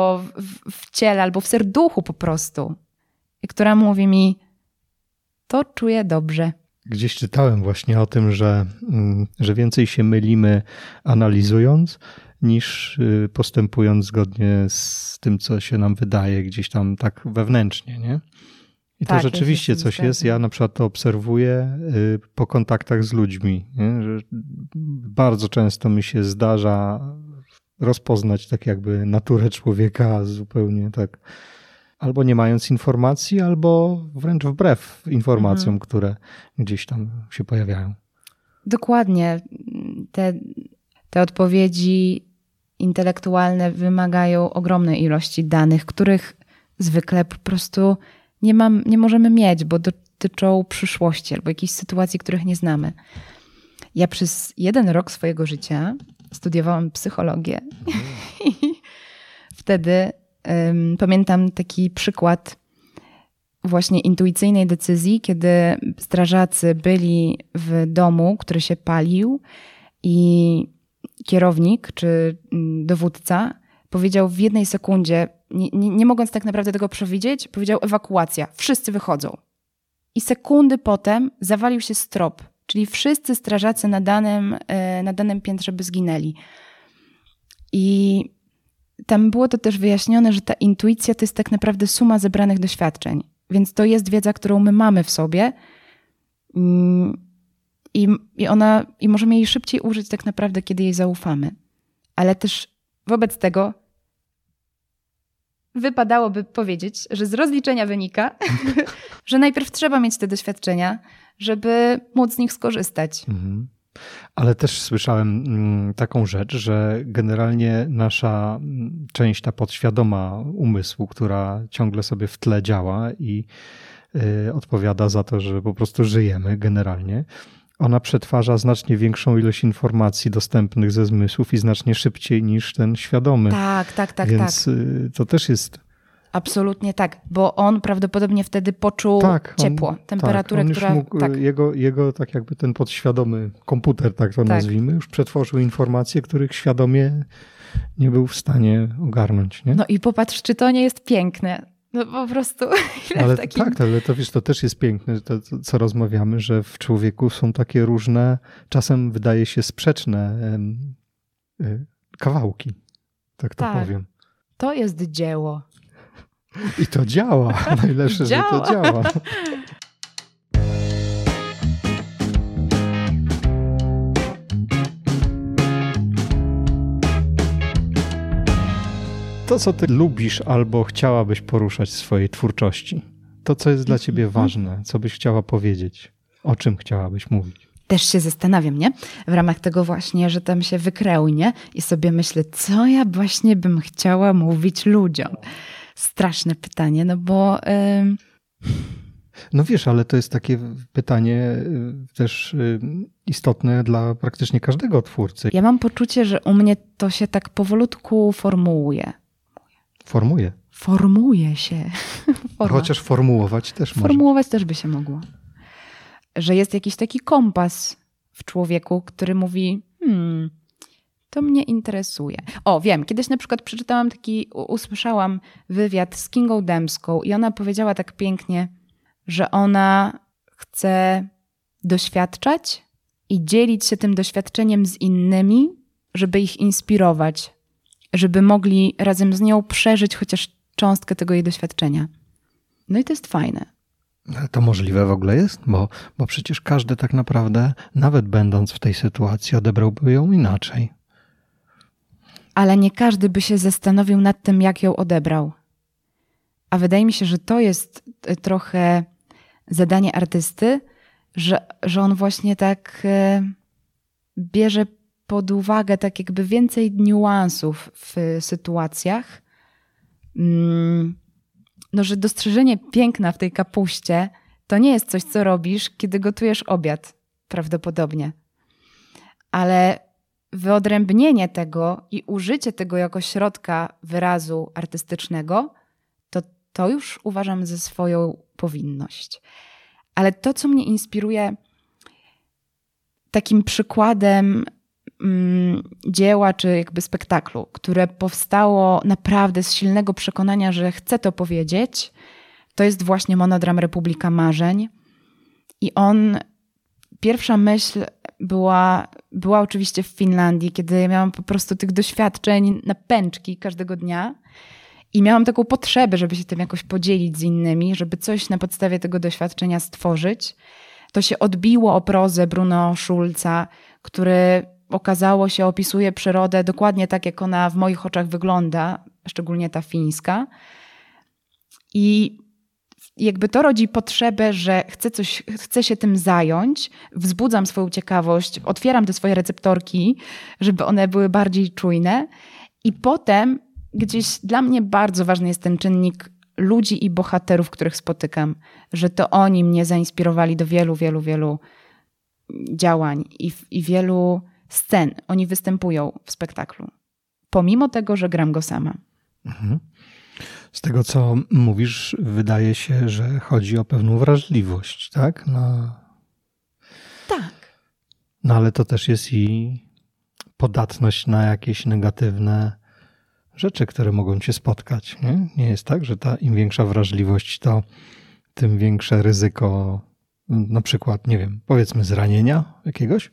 w ciele, albo w serduchu po prostu. I która mówi mi, to czuję dobrze. Gdzieś czytałem właśnie o tym, że więcej się mylimy analizując, niż postępując zgodnie z tym, co się nam wydaje gdzieś tam tak wewnętrznie, nie? I to rzeczywiście coś jest. Ja na przykład to obserwuję po kontaktach z ludźmi, nie? Że bardzo często mi się zdarza rozpoznać tak jakby naturę człowieka zupełnie tak, albo nie mając informacji, albo wręcz wbrew informacjom, które gdzieś tam się pojawiają. Dokładnie. Te odpowiedzi intelektualne wymagają ogromnej ilości danych, których zwykle po prostu nie możemy mieć, bo dotyczą przyszłości albo jakichś sytuacji, których nie znamy. Ja przez 1 rok swojego życia studiowałam psychologię i wtedy pamiętam taki przykład właśnie intuicyjnej decyzji, kiedy strażacy byli w domu, który się palił i kierownik czy dowódca powiedział w 1 sekundzie, nie mogąc tak naprawdę tego przewidzieć, powiedział ewakuacja, wszyscy wychodzą. I sekundy potem zawalił się strop, czyli wszyscy strażacy na danym piętrze by zginęli. I tam było to też wyjaśnione, że ta intuicja to jest tak naprawdę suma zebranych doświadczeń. Więc to jest wiedza, którą my mamy w sobie i możemy jej szybciej użyć tak naprawdę, kiedy jej zaufamy. Ale też wobec tego wypadałoby powiedzieć, że z rozliczenia wynika, że najpierw trzeba mieć te doświadczenia, żeby móc z nich skorzystać. Mhm. Ale też słyszałem taką rzecz, że generalnie nasza część, ta podświadoma umysłu, która ciągle sobie w tle działa i odpowiada za to, że po prostu żyjemy generalnie, ona przetwarza znacznie większą ilość informacji dostępnych ze zmysłów i znacznie szybciej niż ten świadomy. Tak. Więc to też jest... Absolutnie tak, bo on prawdopodobnie wtedy poczuł ciepło, temperaturę, on która... Mógł, jego tak jakby ten podświadomy komputer, tak to nazwijmy, już przetworzył informacje, których świadomie nie był w stanie ogarnąć. Nie? No i popatrz, czy to nie jest piękne. No po prostu... Ale tak, ale to wiesz, to też jest piękne, to, co rozmawiamy, że w człowieku są takie różne, czasem wydaje się sprzeczne kawałki, tak to powiem. To jest dzieło. I to działa. Najlepsze, że to działa. To, co ty lubisz albo chciałabyś poruszać w swojej twórczości. To, co jest dla ciebie ważne, co byś chciała powiedzieć, o czym chciałabyś mówić. Też się zastanawiam, nie? W ramach tego właśnie, że tam się wykreuj, nie? I sobie myślę, co ja właśnie bym chciała mówić ludziom. Straszne pytanie, no bo... No wiesz, ale to jest takie pytanie też istotne dla praktycznie każdego twórcy. Ja mam poczucie, że u mnie to się tak powolutku formułuje. Formuje się. Chociaż formułować też może. Formułować też by się mogło. Że jest jakiś taki kompas w człowieku, który mówi, to mnie interesuje. O, wiem, kiedyś na przykład usłyszałam wywiad z Kingą Dębską i ona powiedziała tak pięknie, że ona chce doświadczać i dzielić się tym doświadczeniem z innymi, żeby ich inspirować, żeby mogli razem z nią przeżyć chociaż cząstkę tego jej doświadczenia. No i to jest fajne. Ale to możliwe w ogóle jest? Bo przecież każdy tak naprawdę, nawet będąc w tej sytuacji, odebrałby ją inaczej. Ale nie każdy by się zastanowił nad tym, jak ją odebrał. A wydaje mi się, że to jest trochę zadanie artysty, że on właśnie tak bierze pod uwagę tak jakby więcej niuansów w sytuacjach. No, że dostrzeżenie piękna w tej kapuście to nie jest coś, co robisz, kiedy gotujesz obiad, prawdopodobnie. Ale wyodrębnienie tego i użycie tego jako środka wyrazu artystycznego, to już uważam za swoją powinność. Ale to, co mnie inspiruje takim przykładem dzieła czy jakby spektaklu, które powstało naprawdę z silnego przekonania, że chcę to powiedzieć, to jest właśnie monodram Republika Marzeń. I pierwsza myśl była oczywiście w Finlandii, kiedy miałam po prostu tych doświadczeń na pęczki każdego dnia i miałam taką potrzebę, żeby się tym jakoś podzielić z innymi, żeby coś na podstawie tego doświadczenia stworzyć. To się odbiło o prozę Bruno Schulza, który okazało się opisuje przyrodę dokładnie tak, jak ona w moich oczach wygląda, szczególnie ta fińska. I jakby to rodzi potrzebę, że chcę się tym zająć, wzbudzam swoją ciekawość, otwieram te swoje receptorki, żeby one były bardziej czujne. I potem gdzieś dla mnie bardzo ważny jest ten czynnik ludzi i bohaterów, których spotykam, że to oni mnie zainspirowali do wielu, wielu, wielu działań i wielu scen. Oni występują w spektaklu, pomimo tego, że gram go sama. Mhm. Z tego, co mówisz, wydaje się, że chodzi o pewną wrażliwość, tak? Tak. No ale to też jest i podatność na jakieś negatywne rzeczy, które mogą cię spotkać. Nie jest tak, że im większa wrażliwość, to tym większe ryzyko, na przykład, nie wiem, powiedzmy zranienia jakiegoś?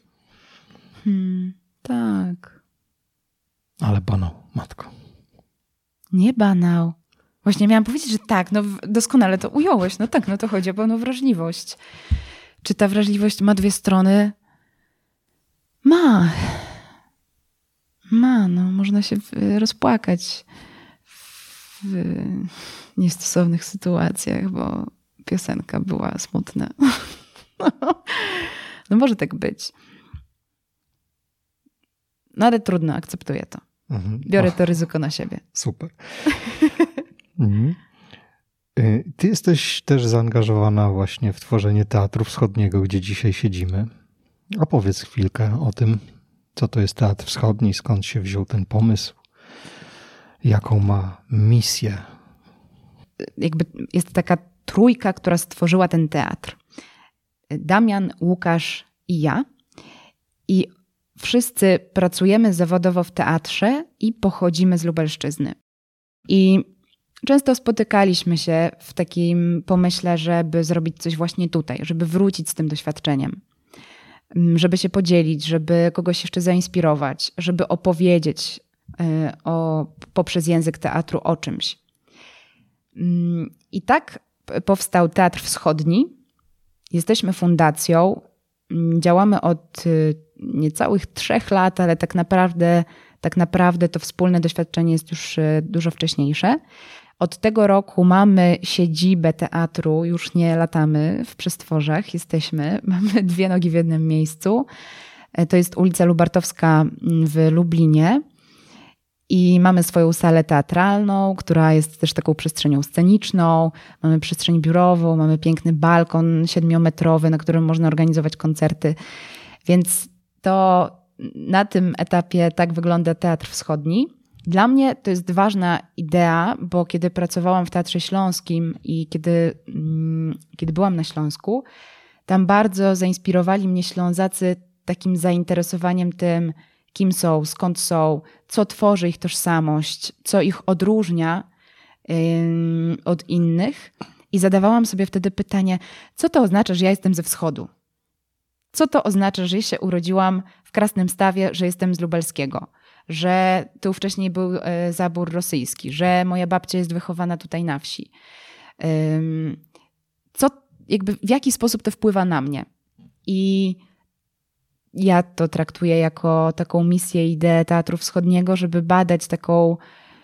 Tak. Ale banał, matko. Nie banał. Właśnie miałam powiedzieć, że tak, no doskonale to ująłeś. No tak, no to chodzi o pełną wrażliwość. Czy ta wrażliwość ma dwie strony? Ma, no można się rozpłakać w niestosownych sytuacjach, bo piosenka była smutna. No może tak być. No ale trudno, akceptuję to. Biorę to ryzyko na siebie. Super. Ty jesteś też zaangażowana właśnie w tworzenie Teatru Wschodniego, gdzie dzisiaj siedzimy. Opowiedz chwilkę o tym, co to jest Teatr Wschodni, skąd się wziął ten pomysł, jaką ma misję. Jakby jest taka trójka, która stworzyła ten teatr. Damian, Łukasz i ja. I wszyscy pracujemy zawodowo w teatrze i pochodzimy z Lubelszczyzny. I często spotykaliśmy się w takim pomyśle, żeby zrobić coś właśnie tutaj, żeby wrócić z tym doświadczeniem, żeby się podzielić, żeby kogoś jeszcze zainspirować, żeby opowiedzieć poprzez język teatru o czymś. I tak powstał Teatr Wschodni. Jesteśmy fundacją, działamy od niecałych 3 lat, ale tak naprawdę tak naprawdę to wspólne doświadczenie jest już dużo wcześniejsze. Od tego roku mamy siedzibę teatru, już nie latamy w przestworzach, mamy 2 nogi w jednym miejscu. To jest ulica Lubartowska w Lublinie i mamy swoją salę teatralną, która jest też taką przestrzenią sceniczną. Mamy przestrzeń biurową, mamy piękny balkon 7-metrowy, na którym można organizować koncerty. Więc to na tym etapie tak wygląda Teatr Wschodni. Dla mnie to jest ważna idea, bo kiedy pracowałam w Teatrze Śląskim i kiedy byłam na Śląsku, tam bardzo zainspirowali mnie Ślązacy takim zainteresowaniem tym, kim są, skąd są, co tworzy ich tożsamość, co ich odróżnia od innych. I zadawałam sobie wtedy pytanie, co to oznacza, że ja jestem ze wschodu? Co to oznacza, że ja się urodziłam w Krasnymstawie, że jestem z Lubelskiego? Że tu wcześniej był zabór rosyjski, że moja babcia jest wychowana tutaj na wsi. W jaki sposób to wpływa na mnie? I ja to traktuję jako taką misję, ideę Teatru Wschodniego, żeby badać taką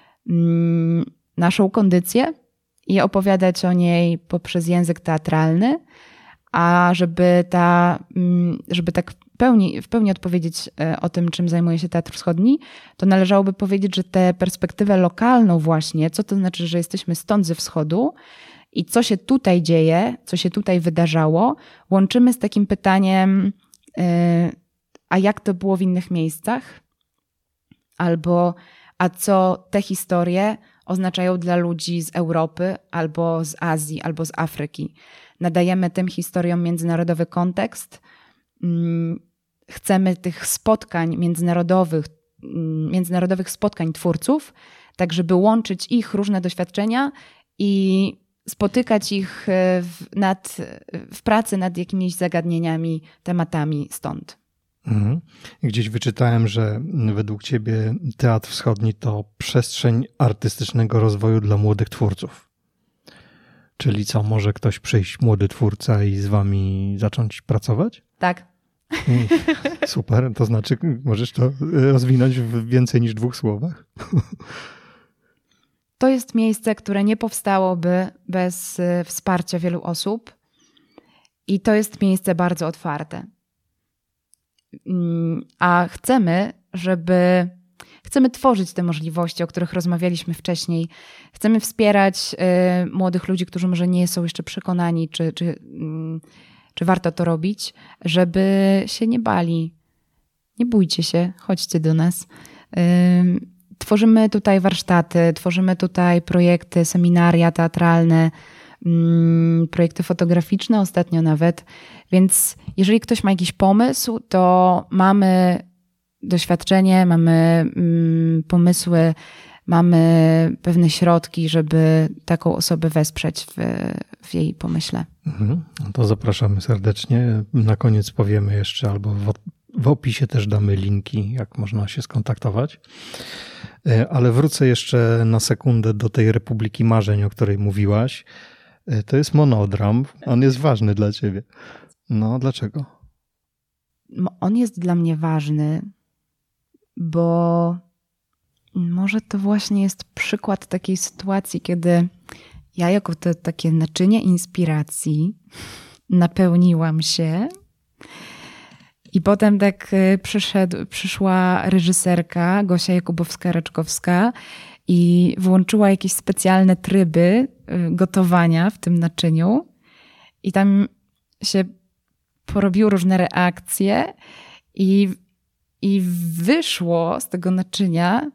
naszą kondycję i opowiadać o niej poprzez język teatralny, a żeby tak w pełni odpowiedzieć o tym, czym zajmuje się Teatr Wschodni, to należałoby powiedzieć, że tę perspektywę lokalną właśnie, co to znaczy, że jesteśmy stąd ze wschodu i co się tutaj dzieje, co się tutaj wydarzało, łączymy z takim pytaniem, a jak to było w innych miejscach? Albo a co te historie oznaczają dla ludzi z Europy, albo z Azji, albo z Afryki. Nadajemy tym historiom międzynarodowy kontekst. Chcemy tych spotkań międzynarodowych spotkań twórców, tak żeby łączyć ich różne doświadczenia i spotykać ich w pracy nad jakimiś zagadnieniami, tematami stąd. Gdzieś wyczytałem, że według ciebie Teatr Wschodni to przestrzeń artystycznego rozwoju dla młodych twórców. Czyli co, może ktoś przyjść, młody twórca i z wami zacząć pracować? Tak. Super, to znaczy możesz to rozwinąć w więcej niż 2 słowach? To jest miejsce, które nie powstałoby bez wsparcia wielu osób i to jest miejsce bardzo otwarte. A chcemy tworzyć te możliwości, o których rozmawialiśmy wcześniej. Chcemy wspierać młodych ludzi, którzy może nie są jeszcze przekonani, czy warto to robić, żeby się nie bali. Nie bójcie się, chodźcie do nas. Tworzymy tutaj warsztaty, tworzymy tutaj projekty, seminaria teatralne, projekty fotograficzne ostatnio nawet. Więc jeżeli ktoś ma jakiś pomysł, to mamy doświadczenie, mamy pomysły, mamy pewne środki, żeby taką osobę wesprzeć w jej pomyśle. No to zapraszamy serdecznie. Na koniec powiemy jeszcze, albo w opisie też damy linki, jak można się skontaktować. Ale wrócę jeszcze na sekundę do tej Republiki Marzeń, o której mówiłaś. To jest monodram. On jest ważny dla ciebie. No, dlaczego? On jest dla mnie ważny, bo może to właśnie jest przykład takiej sytuacji, kiedy ja jako to takie naczynie inspiracji napełniłam się i potem tak przyszła reżyserka Gosia Jakubowska-Raczkowska i włączyła jakieś specjalne tryby gotowania w tym naczyniu i tam się porobiły różne reakcje i wyszło z tego naczynia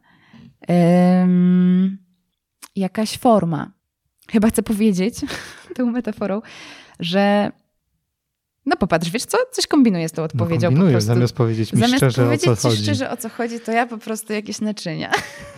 jakaś forma. Chyba chcę powiedzieć tą metaforą, że no popatrz, wiesz co? Coś kombinuję z tą odpowiedzią. No kombinuję, zamiast powiedzieć mi szczerze, o co chodzi. Szczerze, o co chodzi, to ja po prostu jakieś naczynia.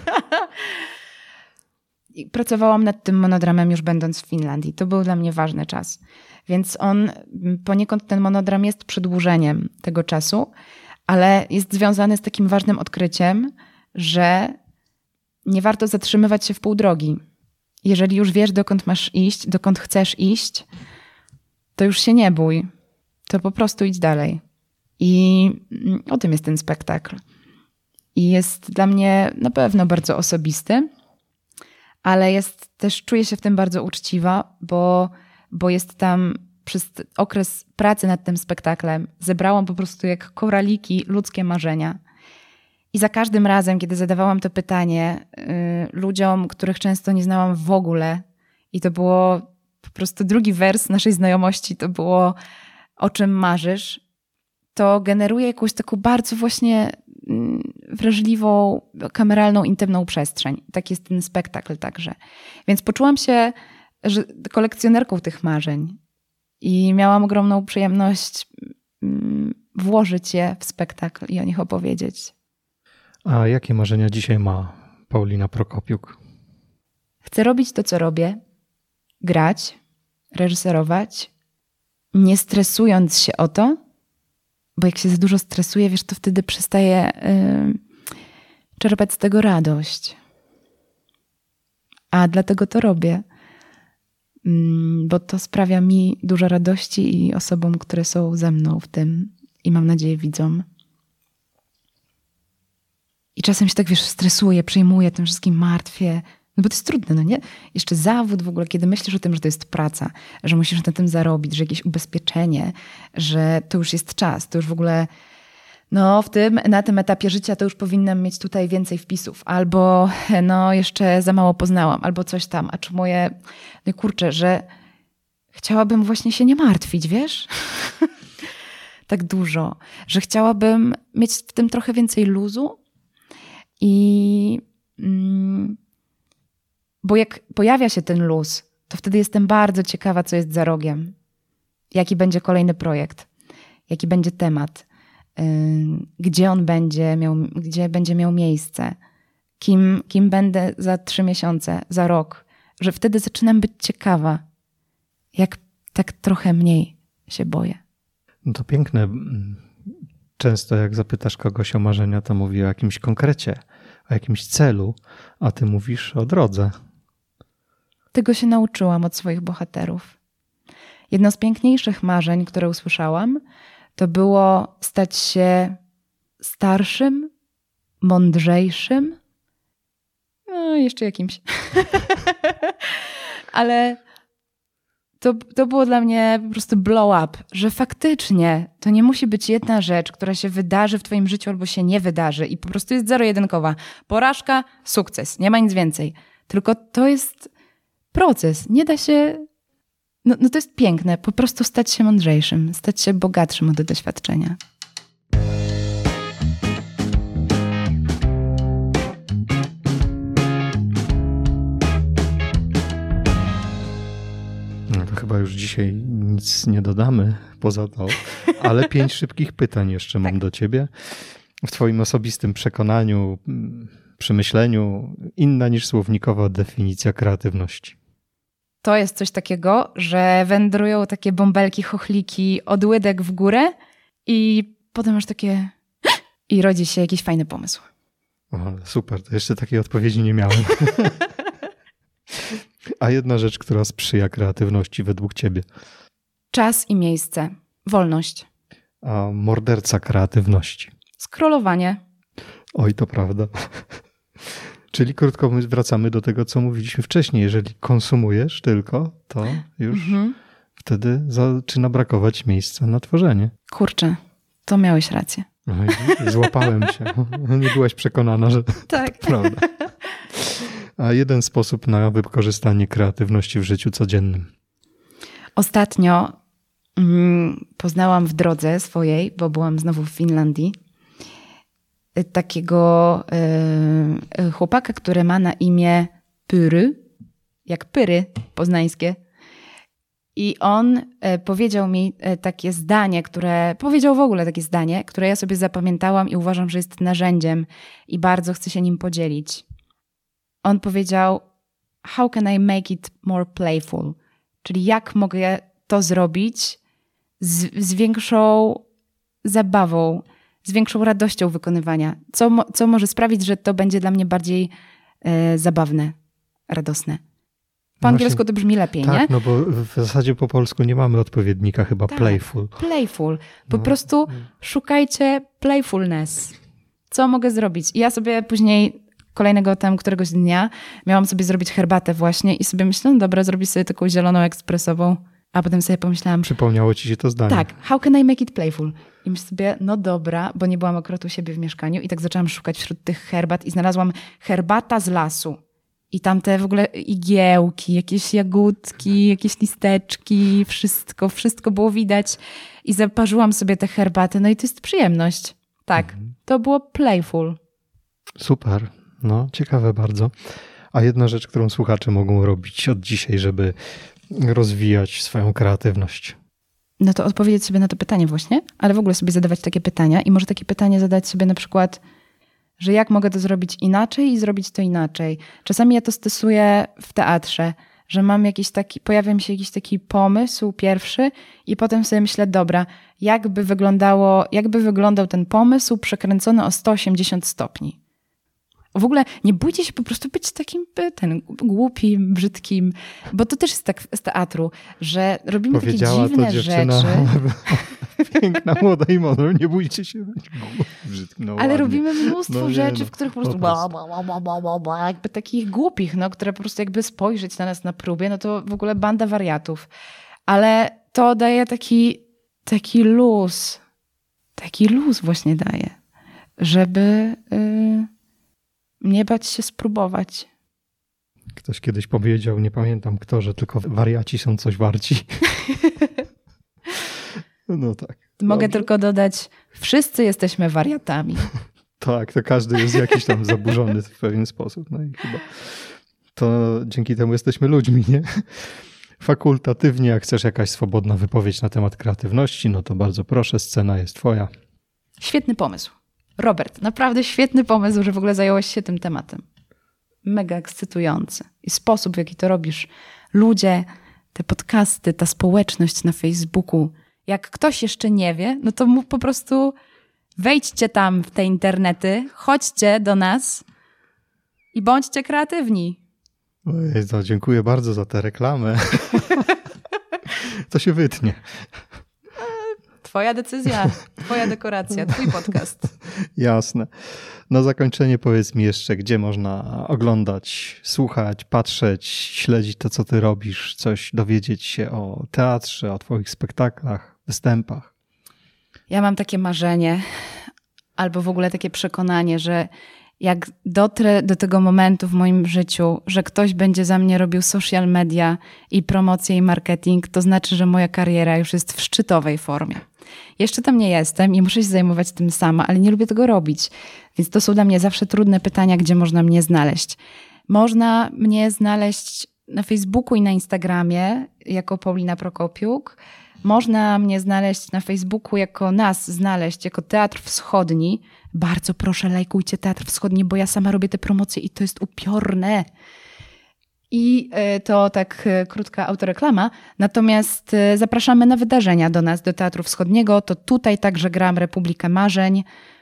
I pracowałam nad tym monodramem już będąc w Finlandii. To był dla mnie ważny czas. Więc poniekąd ten monodram jest przedłużeniem tego czasu, ale jest związany z takim ważnym odkryciem, że nie warto zatrzymywać się w pół drogi. Jeżeli już wiesz, dokąd masz iść, dokąd chcesz iść, to już się nie bój. To po prostu idź dalej. I o tym jest ten spektakl. i jest dla mnie na pewno bardzo osobisty, ale czuję się w tym bardzo uczciwa, bo jest tam przez okres pracy nad tym spektaklem zebrałam po prostu jak koraliki ludzkie marzenia. I za każdym razem, kiedy zadawałam to pytanie ludziom, których często nie znałam w ogóle, i to było po prostu drugi wers naszej znajomości, to było o czym marzysz, to generuje jakąś taką bardzo właśnie wrażliwą, kameralną, intymną przestrzeń. Tak jest ten spektakl także. Więc poczułam się kolekcjonerką tych marzeń i miałam ogromną przyjemność włożyć je w spektakl i o nich opowiedzieć. A jakie marzenia dzisiaj ma Paulina Prokopiuk? Chcę robić to, co robię. Grać, reżyserować, nie stresując się o to, bo jak się za dużo stresuje, wiesz, to wtedy przestaje czerpać z tego radość. A dlatego to robię, bo to sprawia mi dużo radości i osobom, które są ze mną w tym i mam nadzieję widzą. I czasem się tak, wiesz, stresuję, przejmuję tym wszystkim, martwię. No bo to jest trudne, no nie? Jeszcze zawód w ogóle, kiedy myślisz o tym, że to jest praca, że musisz na tym zarobić, że jakieś ubezpieczenie, że to już jest czas, to już w ogóle na tym etapie życia to już powinnam mieć tutaj więcej wpisów, albo jeszcze za mało poznałam, albo coś tam, a czuję, że chciałabym właśnie się nie martwić, wiesz? Tak dużo, że chciałabym mieć w tym trochę więcej luzu i bo jak pojawia się ten luz, to wtedy jestem bardzo ciekawa, co jest za rogiem. Jaki będzie kolejny projekt, jaki będzie temat, gdzie on gdzie będzie miał miejsce, kim będę za 3 miesiące, za rok. Że wtedy zaczynam być ciekawa, jak tak trochę mniej się boję. No to piękne. Często jak zapytasz kogoś o marzenia, to mówi o jakimś konkrecie, o jakimś celu, a ty mówisz o drodze. Tego się nauczyłam od swoich bohaterów. Jedno z piękniejszych marzeń, które usłyszałam, to było stać się starszym, mądrzejszym, jeszcze jakimś. Ale to było dla mnie po prostu blow up, że faktycznie to nie musi być jedna rzecz, która się wydarzy w twoim życiu albo się nie wydarzy i po prostu jest zero-jedynkowa. Porażka, sukces, nie ma nic więcej. Tylko to jest proces. Nie da się... No to jest piękne. Po prostu stać się mądrzejszym, stać się bogatszym od doświadczenia. No to chyba już dzisiaj nic nie dodamy poza to, ale 5 szybkich pytań jeszcze mam do ciebie. W twoim osobistym przekonaniu, przemyśleniu, inna niż słownikowa definicja kreatywności. To jest coś takiego, że wędrują takie bąbelki, chochliki od łydek w górę i potem masz takie i rodzi się jakiś fajny pomysł. O, super, to jeszcze takiej odpowiedzi nie miałem. A jedna rzecz, która sprzyja kreatywności według ciebie? Czas i miejsce. Wolność. A morderca kreatywności? Scrollowanie. Oj, to prawda. Czyli krótko mówiąc, wracamy do tego, co mówiliśmy wcześniej. Jeżeli konsumujesz tylko, to już wtedy zaczyna brakować miejsca na tworzenie. Kurczę, to miałeś rację. Oj, złapałem się. Nie byłaś przekonana, że tak. to prawda. A jeden sposób na wykorzystanie kreatywności w życiu codziennym? Ostatnio poznałam w drodze swojej, bo byłam znowu w Finlandii, takiego chłopaka, który ma na imię Pyry, jak pyry poznańskie. I on powiedział mi takie zdanie, które ja sobie zapamiętałam i uważam, że jest narzędziem i bardzo chcę się nim podzielić. On powiedział: how can I make it more playful? Czyli jak mogę to zrobić z większą zabawą, z większą radością wykonywania. Co może sprawić, że to będzie dla mnie bardziej zabawne, radosne. Po angielsku to brzmi lepiej, tak, nie? No bo w zasadzie po polsku nie mamy odpowiednika chyba playful. Playful. Po prostu szukajcie playfulness. Co mogę zrobić? I ja sobie później któregoś dnia miałam sobie zrobić herbatę właśnie i sobie myślę, no dobra, zrobić sobie taką zieloną ekspresową. A potem sobie pomyślałam... Przypomniało ci się to zdanie. Tak, how can I make it playful? I myślę sobie, no dobra, bo nie byłam akurat u siebie w mieszkaniu i tak zaczęłam szukać wśród tych herbat i znalazłam herbata z lasu. I tam te w ogóle igiełki, jakieś jagódki, jakieś listeczki, wszystko było widać. I zaparzyłam sobie te herbaty, no i to jest przyjemność. Tak, to było playful. Super, no ciekawe bardzo. A jedna rzecz, którą słuchacze mogą robić od dzisiaj, żeby rozwijać swoją kreatywność. No to odpowiedzieć sobie na to pytanie właśnie, ale w ogóle sobie zadawać takie pytania i może takie pytanie zadać sobie na przykład, że jak mogę to zrobić inaczej i zrobić to inaczej. Czasami ja to stosuję w teatrze, że mam pojawia mi się jakiś taki pomysł pierwszy i potem sobie myślę, dobra, jakby wyglądał ten pomysł przekręcony o 180 stopni. W ogóle nie bójcie się po prostu być takim głupim, brzydkim, bo to też jest tak z teatru, że robimy takie dziwne rzeczy. Piękna, młoda i mądra, nie bójcie się być brzydkim. No, ale ładnie. robimy mnóstwo rzeczy, w których po prostu jakby takich głupich, no, które po prostu jakby spojrzeć na nas na próbie, no to w ogóle banda wariatów. Ale to daje taki luz. Taki luz właśnie daje, żeby... nie bać się spróbować. Ktoś kiedyś powiedział, nie pamiętam kto, że tylko wariaci są coś warci. No tak. Mogę tylko dodać, wszyscy jesteśmy wariatami. Tak, to każdy jest jakiś tam zaburzony w pewien sposób. No i chyba to dzięki temu jesteśmy ludźmi, nie? Fakultatywnie, jak chcesz jakaś swobodna wypowiedź na temat kreatywności, no to bardzo proszę, scena jest twoja. Świetny pomysł. Robert, naprawdę świetny pomysł, że w ogóle zająłeś się tym tematem. Mega ekscytujący. I sposób, w jaki to robisz. Ludzie, te podcasty, ta społeczność na Facebooku. Jak ktoś jeszcze nie wie, no to mu po prostu wejdźcie tam w te internety, chodźcie do nas i bądźcie kreatywni. Ojej, to dziękuję bardzo za tę reklamę. To się wytnie. Twoja decyzja, twoja dekoracja, twój podcast. Jasne. Na zakończenie powiedz mi jeszcze, gdzie można oglądać, słuchać, patrzeć, śledzić to, co ty robisz, coś dowiedzieć się o teatrze, o twoich spektaklach, występach. Ja mam takie marzenie, albo w ogóle takie przekonanie, że jak dotrę do tego momentu w moim życiu, że ktoś będzie za mnie robił social media i promocję i marketing, to znaczy, że moja kariera już jest w szczytowej formie. Jeszcze tam nie jestem i muszę się zajmować tym sama, ale nie lubię tego robić. Więc to są dla mnie zawsze trudne pytania, gdzie można mnie znaleźć. Można mnie znaleźć na Facebooku i na Instagramie jako Paulina Prokopiuk. Można mnie znaleźć na Facebooku jako Teatr Wschodni. Bardzo proszę, lajkujcie Teatr Wschodni, bo ja sama robię te promocje i to jest upiorne. I to tak krótka autoreklama. Natomiast zapraszamy na wydarzenia do nas, do Teatru Wschodniego. To tutaj także gram Republikę Marzeń.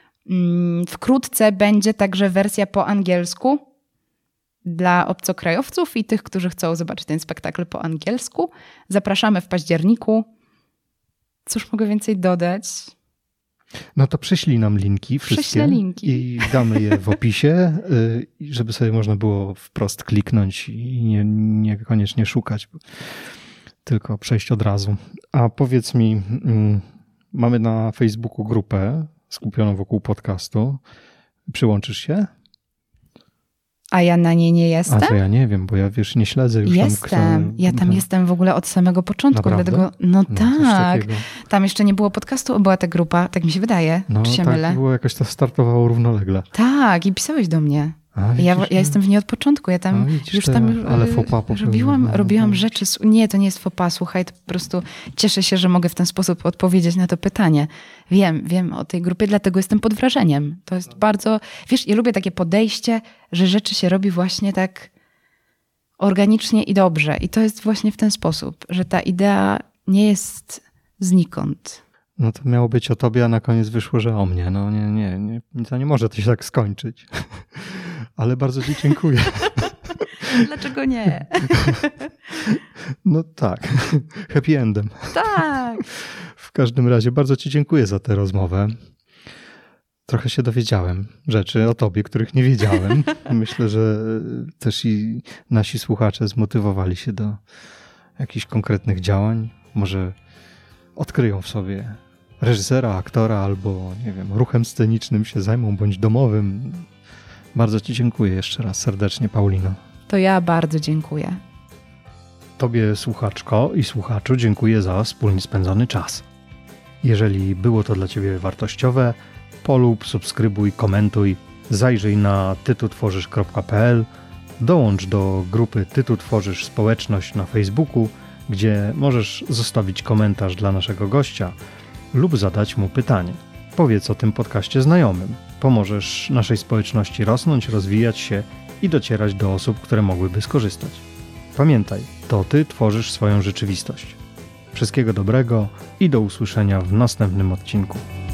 Wkrótce będzie także wersja po angielsku dla obcokrajowców i tych, którzy chcą zobaczyć ten spektakl po angielsku. Zapraszamy w październiku. Cóż mogę więcej dodać? No to przyślij nam linki wszystkie. Prześlę linki. I damy je w opisie, żeby sobie można było wprost kliknąć i niekoniecznie szukać, tylko przejść od razu. A powiedz mi, mamy na Facebooku grupę skupioną wokół podcastu. Przyłączysz się? A ja na niej nie jestem? A to ja nie wiem, bo ja nie śledzę już Jestem. Ja tam jestem w ogóle od samego początku. Naprawdę? Dlatego, no tak. Tam jeszcze nie było podcastu, była ta grupa, tak mi się wydaje. Czy się mylę? Było jakoś to startowało równolegle. Tak, i pisałeś do mnie. Ja jestem w niej od początku. Ja tam ale faux pas robiłam rzeczy. Nie, to nie jest faux pas, słuchaj, to po prostu cieszę się, że mogę w ten sposób odpowiedzieć na to pytanie. Wiem o tej grupie, dlatego jestem pod wrażeniem. To jest bardzo, wiesz, ja lubię takie podejście, że rzeczy się robi właśnie tak organicznie i dobrze. I to jest właśnie w ten sposób, że ta idea nie jest znikąd. No to miało być o tobie, a na koniec wyszło, że o mnie. No nie, to nie może to się tak skończyć. Ale bardzo ci dziękuję. Dlaczego nie? No tak, happy endem. Tak. W każdym razie bardzo ci dziękuję za tę rozmowę. Trochę się dowiedziałem rzeczy o tobie, których nie wiedziałem. Myślę, że też i nasi słuchacze zmotywowali się do jakichś konkretnych działań. Może odkryją w sobie reżysera, aktora albo, nie wiem, ruchem scenicznym się zajmą, bądź domowym. Bardzo ci dziękuję jeszcze raz serdecznie, Paulino. To ja bardzo dziękuję. Tobie, słuchaczko i słuchaczu, dziękuję za wspólnie spędzony czas. Jeżeli było to dla ciebie wartościowe, polub, subskrybuj, komentuj, zajrzyj na tytutworzysz.pl, dołącz do grupy Ty tu tworzysz społeczność na Facebooku, gdzie możesz zostawić komentarz dla naszego gościa lub zadać mu pytanie. Powiedz o tym podcaście znajomym. Pomożesz naszej społeczności rosnąć, rozwijać się i docierać do osób, które mogłyby skorzystać. Pamiętaj, to Ty tworzysz swoją rzeczywistość. Wszystkiego dobrego i do usłyszenia w następnym odcinku.